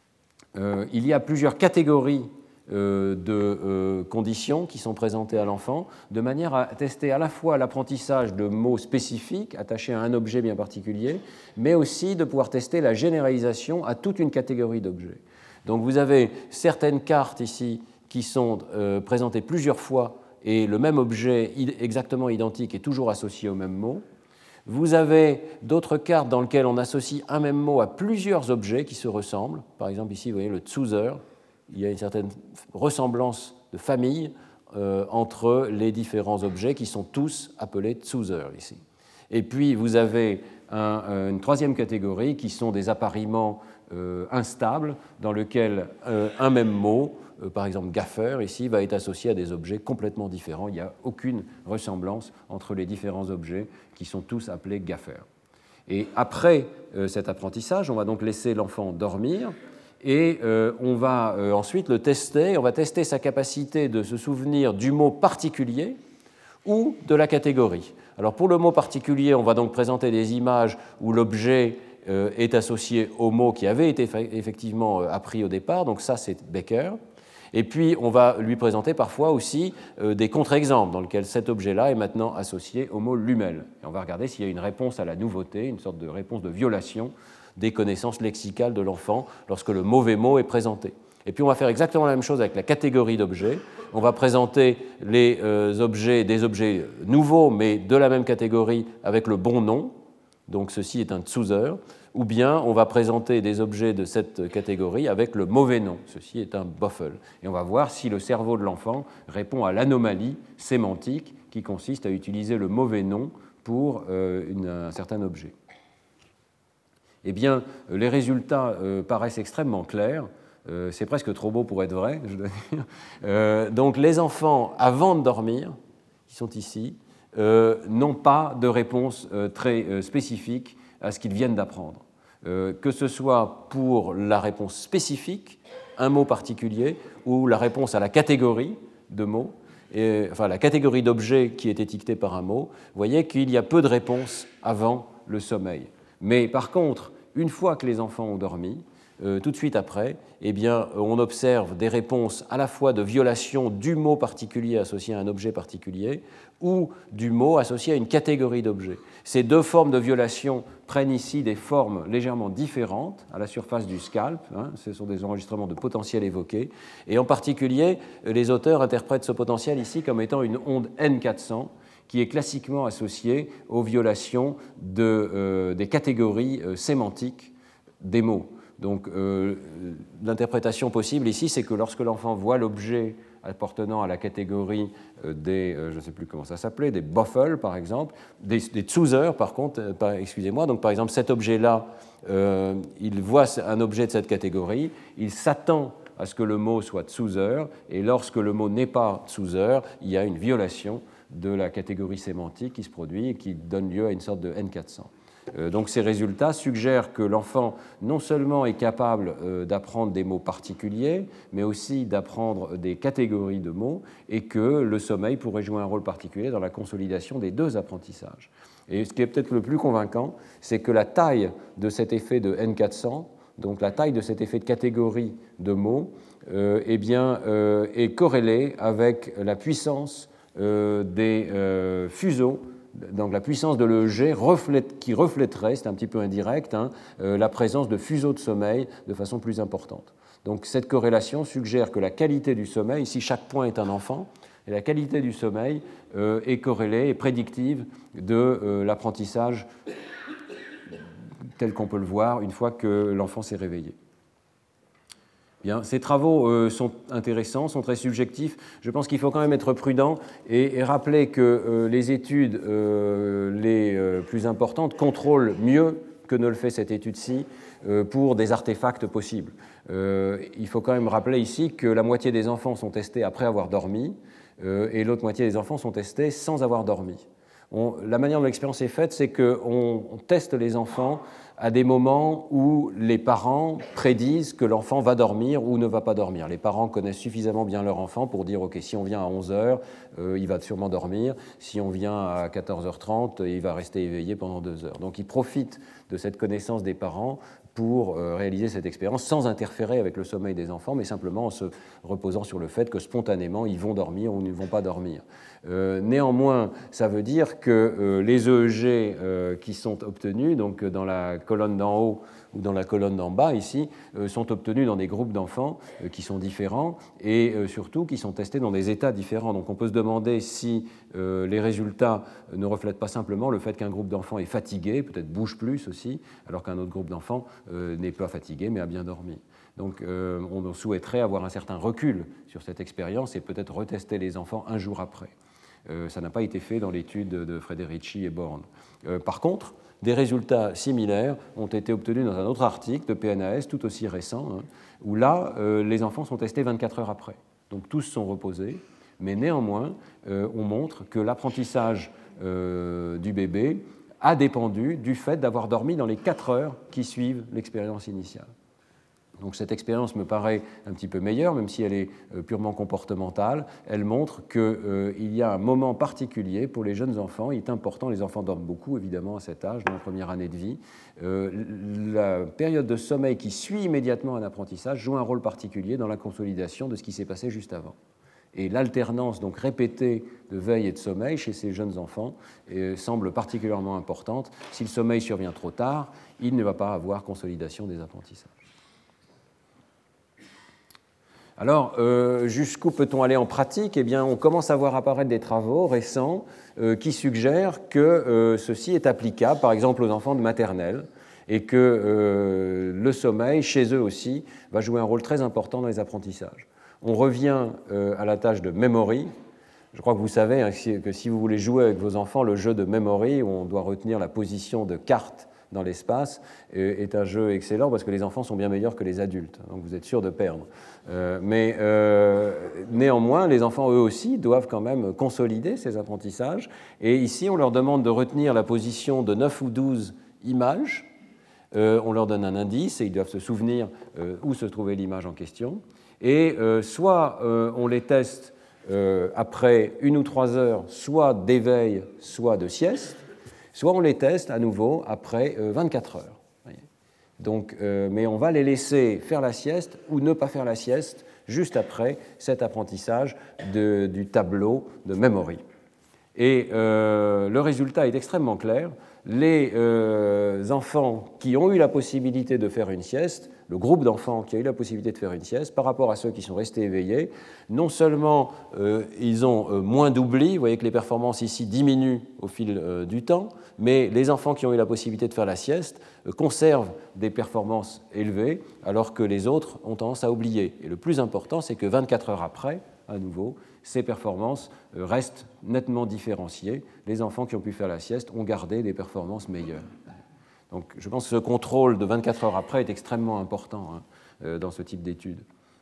Euh, il y a plusieurs catégories euh, de euh, conditions qui sont présentées à l'enfant, de manière à tester à la fois l'apprentissage de mots spécifiques attachés à un objet bien particulier, mais aussi de pouvoir tester la généralisation à toute une catégorie d'objets. Donc vous avez certaines cartes ici qui sont euh, présentées plusieurs fois et le même objet exactement identique est toujours associé au même mot. Vous avez d'autres cartes dans lesquelles on associe un même mot à plusieurs objets qui se ressemblent. Par exemple, ici, vous voyez le Zuser. Il y a une certaine ressemblance de famille euh, entre les différents objets qui sont tous appelés Zuser ici. Et puis, vous avez un, une troisième catégorie qui sont des appariements euh, instables dans lesquels euh, un même mot, euh, par exemple Gaffer ici, va être associé à des objets complètement différents. Il n'y a aucune ressemblance entre les différents objets qui sont tous appelés Gaffer. Et après euh, cet apprentissage, on va donc laisser l'enfant dormir et euh, on va euh, ensuite le tester. On va tester sa capacité de se souvenir du mot particulier ou de la catégorie. Alors pour le mot particulier, on va donc présenter des images où l'objet euh, est associé au mot qui avait été effectivement euh, appris au départ, donc ça c'est Becker. Et puis on va lui présenter parfois aussi euh, des contre-exemples dans lesquels cet objet-là est maintenant associé au mot Lumel. Et on va regarder s'il y a une réponse à la nouveauté, une sorte de réponse de violation des connaissances lexicales de l'enfant lorsque le mauvais mot est présenté. Et puis on va faire exactement la même chose avec la catégorie d'objets. On va présenter les euh, objets, des objets nouveaux, mais de la même catégorie avec le bon nom. Donc ceci est un Zuser. Ou bien on va présenter des objets de cette catégorie avec le mauvais nom. Ceci est un Boffel. Et on va voir si le cerveau de l'enfant répond à l'anomalie sémantique qui consiste à utiliser le mauvais nom pour euh, une, un certain objet. Eh bien, les résultats euh, paraissent extrêmement clairs. Euh, c'est presque trop beau pour être vrai, je dois dire. Euh, donc les enfants, avant de dormir, qui sont ici, euh, n'ont pas de réponse euh, très euh, spécifique à ce qu'ils viennent d'apprendre. Euh, que ce soit pour la réponse spécifique, un mot particulier, ou la réponse à la catégorie de mots, et, enfin la catégorie d'objets qui est étiquetée par un mot, vous voyez qu'il y a peu de réponses avant le sommeil. Mais par contre, une fois que les enfants ont dormi, euh, tout de suite après, eh bien, on observe des réponses à la fois de violation du mot particulier associé à un objet particulier ou du mot associé à une catégorie d'objets. Ces deux formes de violation prennent ici des formes légèrement différentes à la surface du scalp. Hein, ce sont des enregistrements de potentiel évoqués. Et en particulier, les auteurs interprètent ce potentiel ici comme étant une onde N quatre cents qui est classiquement associée aux violations de, euh, des catégories euh, sémantiques des mots. Donc euh, l'interprétation possible ici, c'est que lorsque l'enfant voit l'objet appartenant à la catégorie euh, des, euh, je ne sais plus comment ça s'appelait, des buffles par exemple, des, des Zuser par contre, euh, par, excusez-moi, donc par exemple cet objet-là, euh, il voit un objet de cette catégorie, il s'attend à ce que le mot soit Zuser, et lorsque le mot n'est pas Zuser, il y a une violation de la catégorie sémantique qui se produit et qui donne lieu à une sorte de N quatre cents. Donc ces résultats suggèrent que l'enfant non seulement est capable d'apprendre des mots particuliers, mais aussi d'apprendre des catégories de mots, et que le sommeil pourrait jouer un rôle particulier dans la consolidation des deux apprentissages. Et ce qui est peut-être le plus convaincant, c'est que la taille de cet effet de N quatre cents, donc la taille de cet effet de catégorie de mots, euh, eh bien, euh, est corrélée avec la puissance euh, des euh, fuseaux. Donc la puissance de l'E E G reflète, qui reflèterait, c'est un petit peu indirect, hein, euh, la présence de fuseaux de sommeil de façon plus importante. Donc cette corrélation suggère que la qualité du sommeil, ici chaque point est un enfant, et la qualité du sommeil euh, est corrélée et prédictive de euh, l'apprentissage tel qu'on peut le voir une fois que l'enfant s'est réveillé. Bien, ces travaux euh, sont intéressants, sont très subjectifs. Je pense qu'il faut quand même être prudent et, et rappeler que euh, les études euh, les euh, plus importantes contrôlent mieux que ne le fait cette étude-ci euh, pour des artefacts possibles. Euh, il faut quand même rappeler ici que la moitié des enfants sont testés après avoir dormi euh, et l'autre moitié des enfants sont testés sans avoir dormi. On, la manière dont l'expérience est faite, c'est qu'on on teste les enfants à des moments où les parents prédisent que l'enfant va dormir ou ne va pas dormir. Les parents connaissent suffisamment bien leur enfant pour dire « Ok, si on vient à onze heures, euh, il va sûrement dormir. Si on vient à quatorze heures trente, il va rester éveillé pendant deux heures. » Donc ils profitent de cette connaissance des parents pour euh, réaliser cette expérience sans interférer avec le sommeil des enfants, mais simplement en se reposant sur le fait que spontanément, ils vont dormir ou ne vont pas dormir. Euh, néanmoins, ça veut dire que euh, les E E G euh, qui sont obtenus, donc dans la colonne d'en haut ou dans la colonne d'en bas ici, euh, sont obtenus dans des groupes d'enfants euh, qui sont différents et euh, surtout qui sont testés dans des états différents. Donc on peut se demander si euh, les résultats ne reflètent pas simplement le fait qu'un groupe d'enfants est fatigué, peut-être bouge plus aussi, alors qu'un autre groupe d'enfants euh, n'est pas fatigué mais a bien dormi. Donc euh, on souhaiterait avoir un certain recul sur cette expérience et peut-être retester les enfants un jour après. Euh, ça n'a pas été fait dans l'étude de Frederici et Born. Euh, par contre, des résultats similaires ont été obtenus dans un autre article de P N A S, tout aussi récent, hein, où là, euh, les enfants sont testés vingt-quatre heures après. Donc tous sont reposés, mais néanmoins, euh, on montre que l'apprentissage euh, du bébé a dépendu du fait d'avoir dormi dans les quatre heures qui suivent l'expérience initiale. Donc cette expérience me paraît un petit peu meilleure, même si elle est purement comportementale. Elle montre qu'il euh, y a un moment particulier pour les jeunes enfants. Il est important, les enfants dorment beaucoup, évidemment, à cet âge, dans la première année de vie. Euh, la période de sommeil qui suit immédiatement un apprentissage joue un rôle particulier dans la consolidation de ce qui s'est passé juste avant. Et l'alternance donc répétée de veille et de sommeil chez ces jeunes enfants euh, semble particulièrement importante. Si le sommeil survient trop tard, il ne va pas avoir consolidation des apprentissages. Alors, euh, jusqu'où peut-on aller en pratique ? Eh bien, on commence à voir apparaître des travaux récents euh, qui suggèrent que euh, ceci est applicable, par exemple, aux enfants de maternelle, et que euh, le sommeil, chez eux aussi, va jouer un rôle très important dans les apprentissages. On revient euh, à la tâche de memory. Je crois que vous savez hein, que si vous voulez jouer avec vos enfants, le jeu de memory, où on doit retenir la position de cartes dans l'espace, est un jeu excellent parce que les enfants sont bien meilleurs que les adultes, donc vous êtes sûr de perdre. Euh, mais euh, néanmoins, les enfants, eux aussi, doivent quand même consolider ces apprentissages. Et ici, on leur demande de retenir la position de neuf ou douze images. Euh, on leur donne un indice et ils doivent se souvenir euh, où se trouvait l'image en question. Et euh, soit euh, on les teste euh, après une ou trois heures, soit d'éveil, soit de sieste, soit on les teste à nouveau après vingt-quatre heures. Donc, euh, mais on va les laisser faire la sieste ou ne pas faire la sieste juste après cet apprentissage de, du tableau de memory. Et euh, le résultat est extrêmement clair. Les euh, enfants qui ont eu la possibilité de faire une sieste, le groupe d'enfants qui a eu la possibilité de faire une sieste, par rapport à ceux qui sont restés éveillés, non seulement euh, ils ont euh, moins d'oubli, vous voyez que les performances ici diminuent au fil euh, du temps, mais les enfants qui ont eu la possibilité de faire la sieste euh, conservent des performances élevées, alors que les autres ont tendance à oublier. Et le plus important, c'est que vingt-quatre heures après, à nouveau, ces performances restent nettement différenciées. Les enfants qui ont pu faire la sieste ont gardé des performances meilleures. Donc je pense que ce contrôle de vingt-quatre heures après est extrêmement important hein, dans ce type d'études.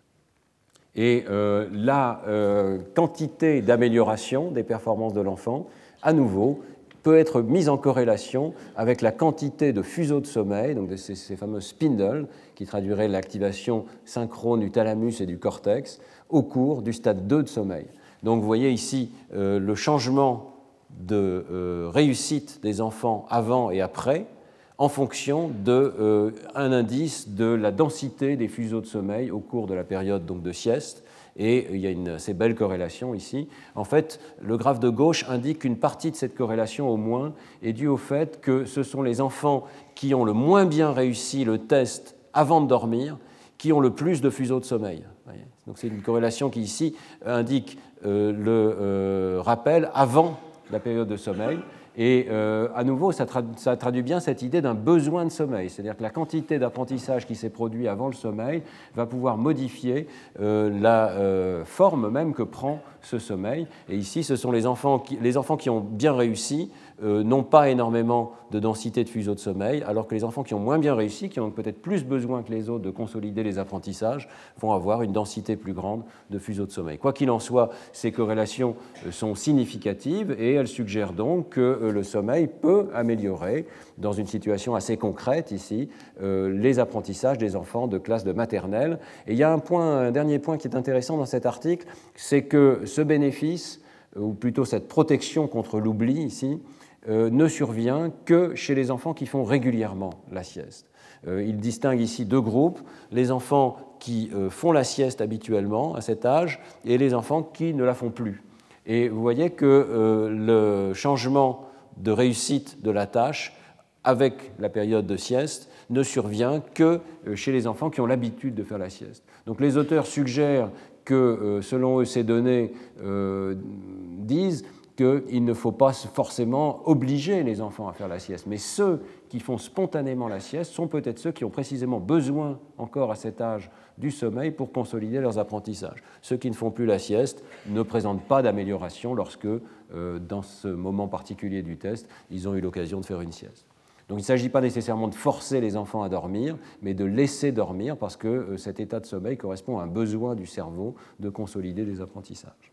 Et euh, la euh, quantité d'amélioration des performances de l'enfant, à nouveau, peut être mise en corrélation avec la quantité de fuseaux de sommeil, donc de ces, ces fameux spindles, qui traduiraient l'activation synchrone du thalamus et du cortex, au cours du stade deux de sommeil. Donc vous voyez ici euh, le changement de euh, réussite des enfants avant et après en fonction d'un euh, indice de la densité des fuseaux de sommeil au cours de la période donc, de sieste. Et il y a une assez belle corrélation ici. En fait, le graphe de gauche indique qu'une partie de cette corrélation, au moins, est due au fait que ce sont les enfants qui ont le moins bien réussi le test avant de dormir qui ont le plus de fuseaux de sommeil. Donc c'est une corrélation qui, ici, indique euh, le euh, rappel avant la période de sommeil. Et euh, à nouveau, ça, trad- ça traduit bien cette idée d'un besoin de sommeil, c'est-à-dire que la quantité d'apprentissage qui s'est produit avant le sommeil va pouvoir modifier euh, la euh, forme même que prend ce sommeil. Et ici, ce sont les enfants qui, les enfants qui ont bien réussi euh, n'ont pas énormément de densité de fuseaux de sommeil, alors que les enfants qui ont moins bien réussi, qui ont peut-être plus besoin que les autres de consolider les apprentissages, vont avoir une densité plus grande de fuseaux de sommeil. Quoi qu'il en soit, ces corrélations sont significatives et elles suggèrent donc que le sommeil peut améliorer, dans une situation assez concrète ici, euh, les apprentissages des enfants de classe de maternelle. Et il y a un, point, un dernier point qui est intéressant dans cet article, c'est que ce bénéfice, ou plutôt cette protection contre l'oubli ici, euh, ne survient que chez les enfants qui font régulièrement la sieste. Euh, il distingue ici deux groupes, les enfants qui euh, font la sieste habituellement à cet âge et les enfants qui ne la font plus. Et vous voyez que euh, le changement de réussite de la tâche avec la période de sieste ne survient que chez les enfants qui ont l'habitude de faire la sieste. Donc les auteurs suggèrent que, euh, selon eux, ces données euh, disent qu'il ne faut pas forcément obliger les enfants à faire la sieste, mais ceux qui font spontanément la sieste sont peut-être ceux qui ont précisément besoin, encore à cet âge, du sommeil pour consolider leurs apprentissages. Ceux qui ne font plus la sieste ne présentent pas d'amélioration lorsque, euh, dans ce moment particulier du test, ils ont eu l'occasion de faire une sieste. Donc il ne s'agit pas nécessairement de forcer les enfants à dormir, mais de laisser dormir parce que euh, cet état de sommeil correspond à un besoin du cerveau de consolider les apprentissages.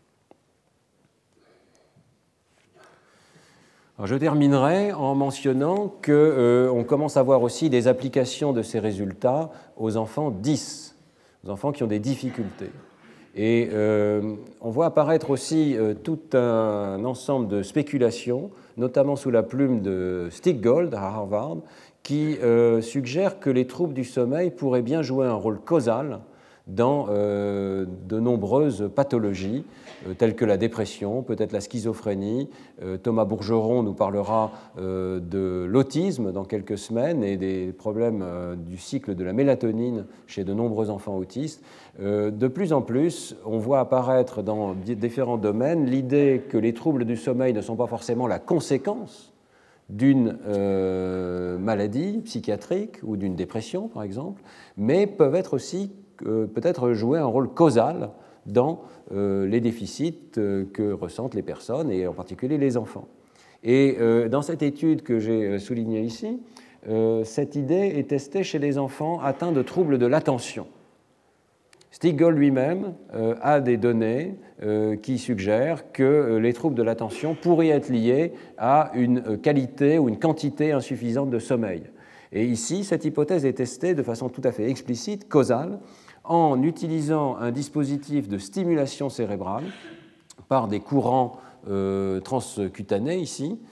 Alors, je terminerai en mentionnant qu'on euh, commence à voir aussi des applications de ces résultats aux enfants dix, aux enfants qui ont des difficultés. Et euh, on voit apparaître aussi euh, tout un ensemble de spéculations, notamment sous la plume de Stiggold à Harvard, qui euh, suggère que les troubles du sommeil pourraient bien jouer un rôle causal dans euh, de nombreuses pathologies, euh, telles que la dépression, peut-être la schizophrénie. Euh, Thomas Bourgeron nous parlera euh, de l'autisme dans quelques semaines et des problèmes euh, du cycle de la mélatonine chez de nombreux enfants autistes. Euh, de plus en plus, on voit apparaître dans différents domaines l'idée que les troubles du sommeil ne sont pas forcément la conséquence d'une euh, maladie psychiatrique ou d'une dépression, par exemple, mais peuvent être aussi euh, peut-être jouer un rôle causal dans euh, les déficits euh, que ressentent les personnes, et en particulier les enfants. Et euh, dans cette étude que j'ai soulignée ici, euh, cette idée est testée chez les enfants atteints de troubles de l'attention. Stiggold lui-même euh, a des données euh, qui suggèrent que euh, les troubles de l'attention pourraient être liés à une euh, qualité ou une quantité insuffisante de sommeil. Et ici, cette hypothèse est testée de façon tout à fait explicite, causale, en utilisant un dispositif de stimulation cérébrale par des courants euh, transcutanés ici,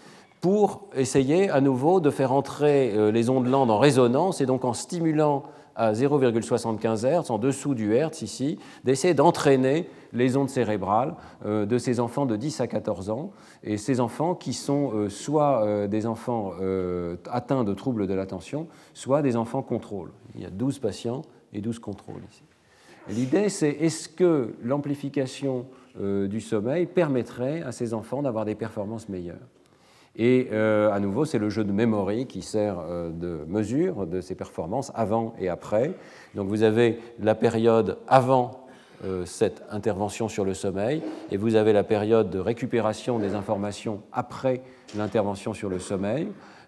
pour essayer à nouveau de faire entrer les ondes lambda en résonance et donc en stimulant à zéro virgule soixante-quinze hertz, en dessous du hertz ici, d'essayer d'entraîner les ondes cérébrales euh, de ces enfants de dix à quatorze ans, et ces enfants qui sont euh, soit euh, des enfants euh, atteints de troubles de l'attention, soit des enfants contrôle. Il y a douze patients et douze contrôles ici. L'idée, c'est est-ce que l'amplification euh, du sommeil permettrait à ces enfants d'avoir des performances meilleures? Et euh, à nouveau, c'est le jeu de memory qui sert euh, de mesure de ces performances avant et après. Donc vous avez la période avant euh, cette intervention sur le sommeil et vous avez la période de récupération des informations après l'intervention sur le sommeil.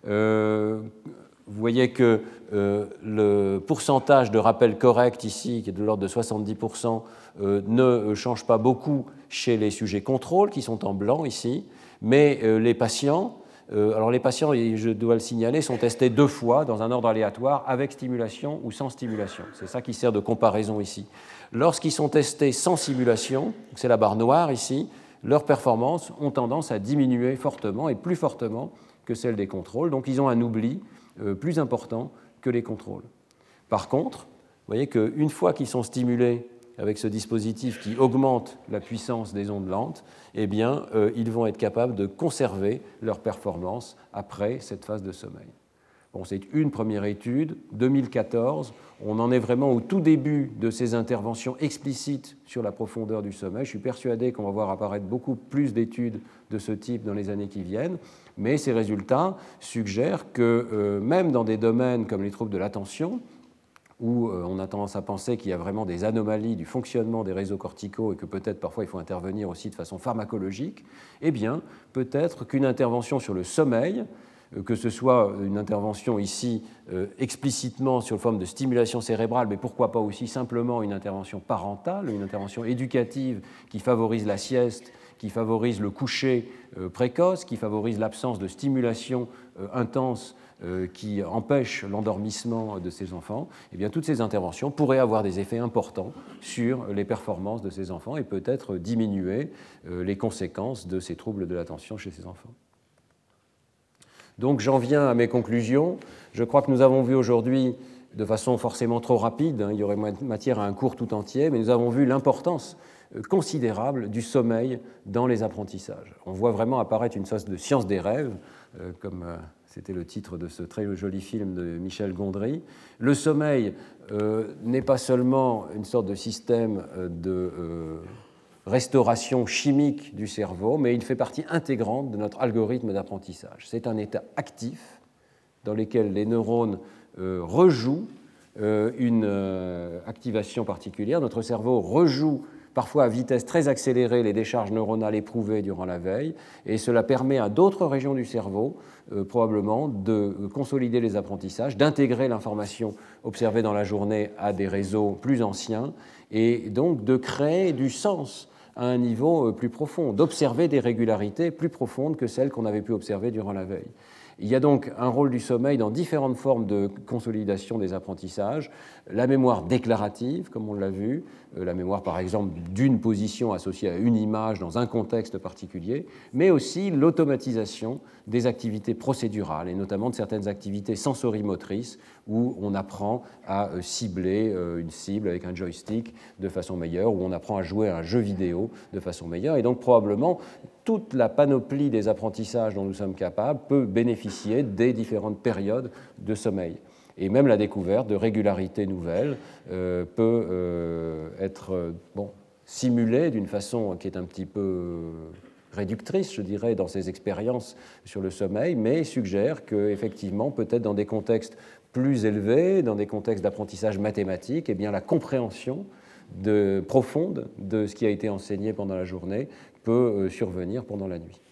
Euh, vous voyez que euh, le pourcentage de rappel correct ici, qui est de l'ordre de soixante-dix pour cent, euh, ne change pas beaucoup chez les sujets contrôle, qui sont en blanc ici. Mais euh, les patients, euh, alors les patients, je dois le signaler, sont testés deux fois dans un ordre aléatoire avec stimulation ou sans stimulation. C'est ça qui sert de comparaison ici. Lorsqu'ils sont testés sans stimulation, c'est la barre noire ici, leurs performances ont tendance à diminuer fortement et plus fortement que celles des contrôles. Donc ils ont un oubli euh, plus important que les contrôles. Par contre, vous voyez qu'une fois qu'ils sont stimulés avec ce dispositif qui augmente la puissance des ondes lentes, eh bien, euh, ils vont être capables de conserver leur performance après cette phase de sommeil. Bon, c'est une première étude, deux mille quatorze. On en est vraiment au tout début de ces interventions explicites sur la profondeur du sommeil. Je suis persuadé qu'on va voir apparaître beaucoup plus d'études de ce type dans les années qui viennent, mais ces résultats suggèrent que euh, même dans des domaines comme les troubles de l'attention, où on a tendance à penser qu'il y a vraiment des anomalies du fonctionnement des réseaux corticaux et que peut-être parfois il faut intervenir aussi de façon pharmacologique, eh bien, peut-être qu'une intervention sur le sommeil, que ce soit une intervention ici euh, explicitement sur forme de stimulation cérébrale, mais pourquoi pas aussi simplement une intervention parentale, une intervention éducative qui favorise la sieste, qui favorise le coucher euh, précoce, qui favorise l'absence de stimulation euh, intense euh, qui empêche l'endormissement de ces enfants, eh bien, toutes ces interventions pourraient avoir des effets importants sur les performances de ces enfants et peut-être diminuer euh, les conséquences de ces troubles de l'attention chez ces enfants. Donc j'en viens à mes conclusions. Je crois que nous avons vu aujourd'hui, de façon forcément trop rapide, hein, il y aurait matière à un cours tout entier, mais nous avons vu l'importance considérable du sommeil dans les apprentissages. On voit vraiment apparaître une sorte de science des rêves, euh, comme euh, c'était le titre de ce très joli film de Michel Gondry. Le sommeil euh, n'est pas seulement une sorte de système de euh, restauration chimique du cerveau, mais il fait partie intégrante de notre algorithme d'apprentissage. C'est un état actif dans lequel les neurones euh, rejouent euh, une euh, activation particulière. Notre cerveau rejoue parfois à vitesse très accélérée les décharges neuronales éprouvées durant la veille, et cela permet à d'autres régions du cerveau, euh, probablement, de consolider les apprentissages, d'intégrer l'information observée dans la journée à des réseaux plus anciens, et donc de créer du sens à un niveau plus profond, d'observer des régularités plus profondes que celles qu'on avait pu observer durant la veille. Il y a donc un rôle du sommeil dans différentes formes de consolidation des apprentissages. La mémoire déclarative, comme on l'a vu, la mémoire par exemple d'une position associée à une image dans un contexte particulier, mais aussi l'automatisation des activités procédurales, et notamment de certaines activités sensorimotrices où on apprend à cibler une cible avec un joystick de façon meilleure, où on apprend à jouer à un jeu vidéo de façon meilleure, et donc probablement toute la panoplie des apprentissages dont nous sommes capables peut bénéficier des différentes périodes de sommeil. Et même la découverte de régularités nouvelles euh, peut euh, être euh, bon, simulée d'une façon qui est un petit peu réductrice, je dirais, dans ces expériences sur le sommeil, mais suggère qu'effectivement, peut-être dans des contextes plus élevés, dans des contextes d'apprentissage mathématique, eh bien, la compréhension de, profonde de ce qui a été enseigné pendant la journée peut survenir pendant la nuit.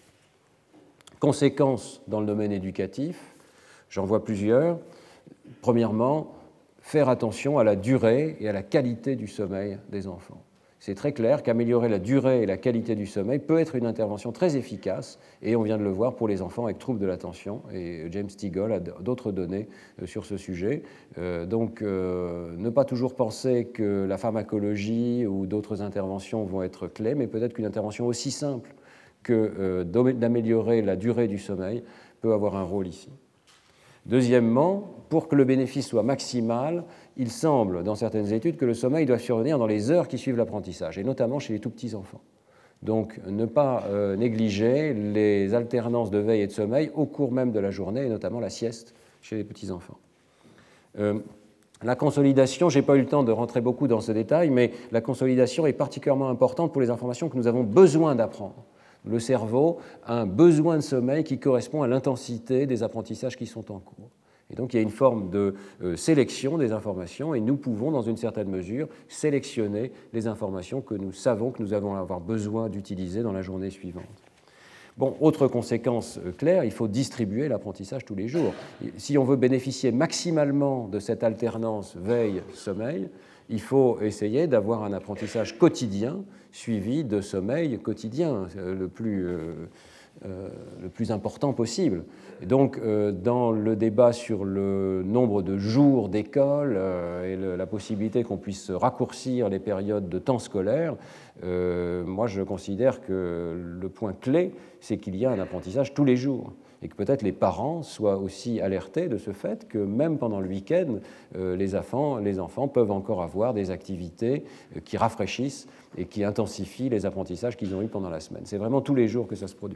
Conséquences dans le domaine éducatif, j'en vois plusieurs. Premièrement, faire attention à la durée et à la qualité du sommeil des enfants. C'est très clair qu'améliorer la durée et la qualité du sommeil peut être une intervention très efficace, et on vient de le voir pour les enfants avec troubles de l'attention, et James Stigall a d'autres données sur ce sujet. Euh, donc, euh, ne pas toujours penser que la pharmacologie ou d'autres interventions vont être clés, mais peut-être qu'une intervention aussi simple que euh, d'améliorer la durée du sommeil peut avoir un rôle ici. Deuxièmement, pour que le bénéfice soit maximal, il semble, dans certaines études, que le sommeil doit survenir dans les heures qui suivent l'apprentissage, et notamment chez les tout petits enfants. Donc, ne pas euh, négliger les alternances de veille et de sommeil au cours même de la journée, et notamment la sieste chez les petits enfants. Euh, la consolidation, je n'ai pas eu le temps de rentrer beaucoup dans ce détail, mais la consolidation est particulièrement importante pour les informations que nous avons besoin d'apprendre. Le cerveau a un besoin de sommeil qui correspond à l'intensité des apprentissages qui sont en cours. Et donc il y a une forme de euh, sélection des informations et nous pouvons, dans une certaine mesure, sélectionner les informations que nous savons que nous allons avoir besoin d'utiliser dans la journée suivante. Bon, autre conséquence euh, claire, il faut distribuer l'apprentissage tous les jours. Si on veut bénéficier maximalement de cette alternance veille-sommeil, il faut essayer d'avoir un apprentissage quotidien suivi de sommeil quotidien, le plus, euh, euh, le plus important possible. Et donc, euh, dans le débat sur le nombre de jours d'école euh, et le, la possibilité qu'on puisse raccourcir les périodes de temps scolaire, euh, moi je considère que le point clé, c'est qu'il y a un apprentissage tous les jours. Et que peut-être les parents soient aussi alertés de ce fait que même pendant le week-end, euh, les, enfants, les enfants peuvent encore avoir des activités euh, qui rafraîchissent et qui intensifient les apprentissages qu'ils ont eus pendant la semaine. C'est vraiment tous les jours que ça se produit.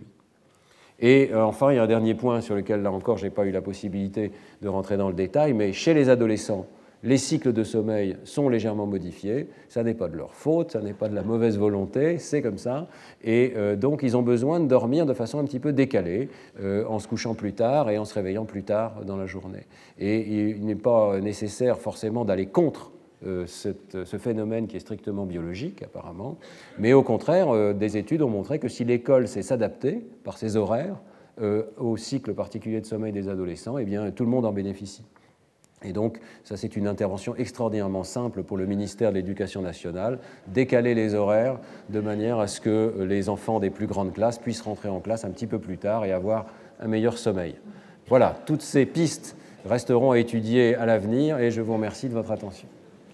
Et euh, enfin, il y a un dernier point sur lequel, là encore, je n'ai pas eu la possibilité de rentrer dans le détail, mais chez les adolescents, les cycles de sommeil sont légèrement modifiés. Ça n'est pas de leur faute, ça n'est pas de la mauvaise volonté, c'est comme ça. Et euh, donc, ils ont besoin de dormir de façon un petit peu décalée, euh, en se couchant plus tard et en se réveillant plus tard dans la journée. Et il n'est pas nécessaire forcément d'aller contre euh, cette, ce phénomène qui est strictement biologique, apparemment. Mais au contraire, euh, des études ont montré que si l'école sait s'adapter par ses horaires euh, au cycle particulier de sommeil des adolescents, eh bien, tout le monde en bénéficie. Et donc, ça c'est une intervention extraordinairement simple pour le ministère de l'Éducation nationale, décaler les horaires de manière à ce que les enfants des plus grandes classes puissent rentrer en classe un petit peu plus tard et avoir un meilleur sommeil. Voilà, toutes ces pistes resteront à étudier à l'avenir et je vous remercie de votre attention.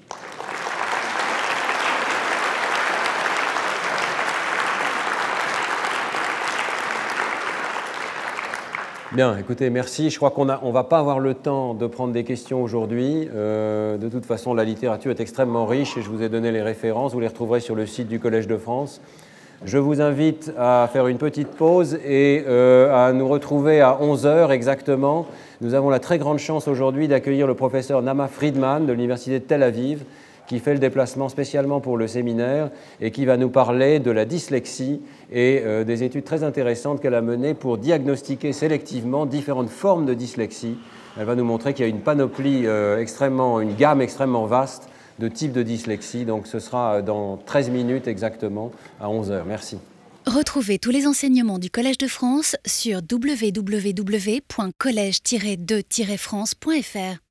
Bien, écoutez, merci. Je crois qu'on ne va pas avoir le temps de prendre des questions aujourd'hui. Euh, de toute façon, la littérature est extrêmement riche et je vous ai donné les références. Vous les retrouverez sur le site du Collège de France. Je vous invite à faire une petite pause et euh, à nous retrouver à onze heures exactement. Nous avons la très grande chance aujourd'hui d'accueillir le professeur Nama Friedman de l'Université de Tel Aviv, qui fait le déplacement spécialement pour le séminaire et qui va nous parler de la dyslexie et euh, des études très intéressantes qu'elle a menées pour diagnostiquer sélectivement différentes formes de dyslexie. Elle va nous montrer qu'il y a une panoplie euh, extrêmement, une gamme extrêmement vaste de types de dyslexie. Donc ce sera dans treize minutes exactement à onze heures. Merci. Retrouvez tous les enseignements du Collège de France sur w w w point collège tiret de tiret france point f r.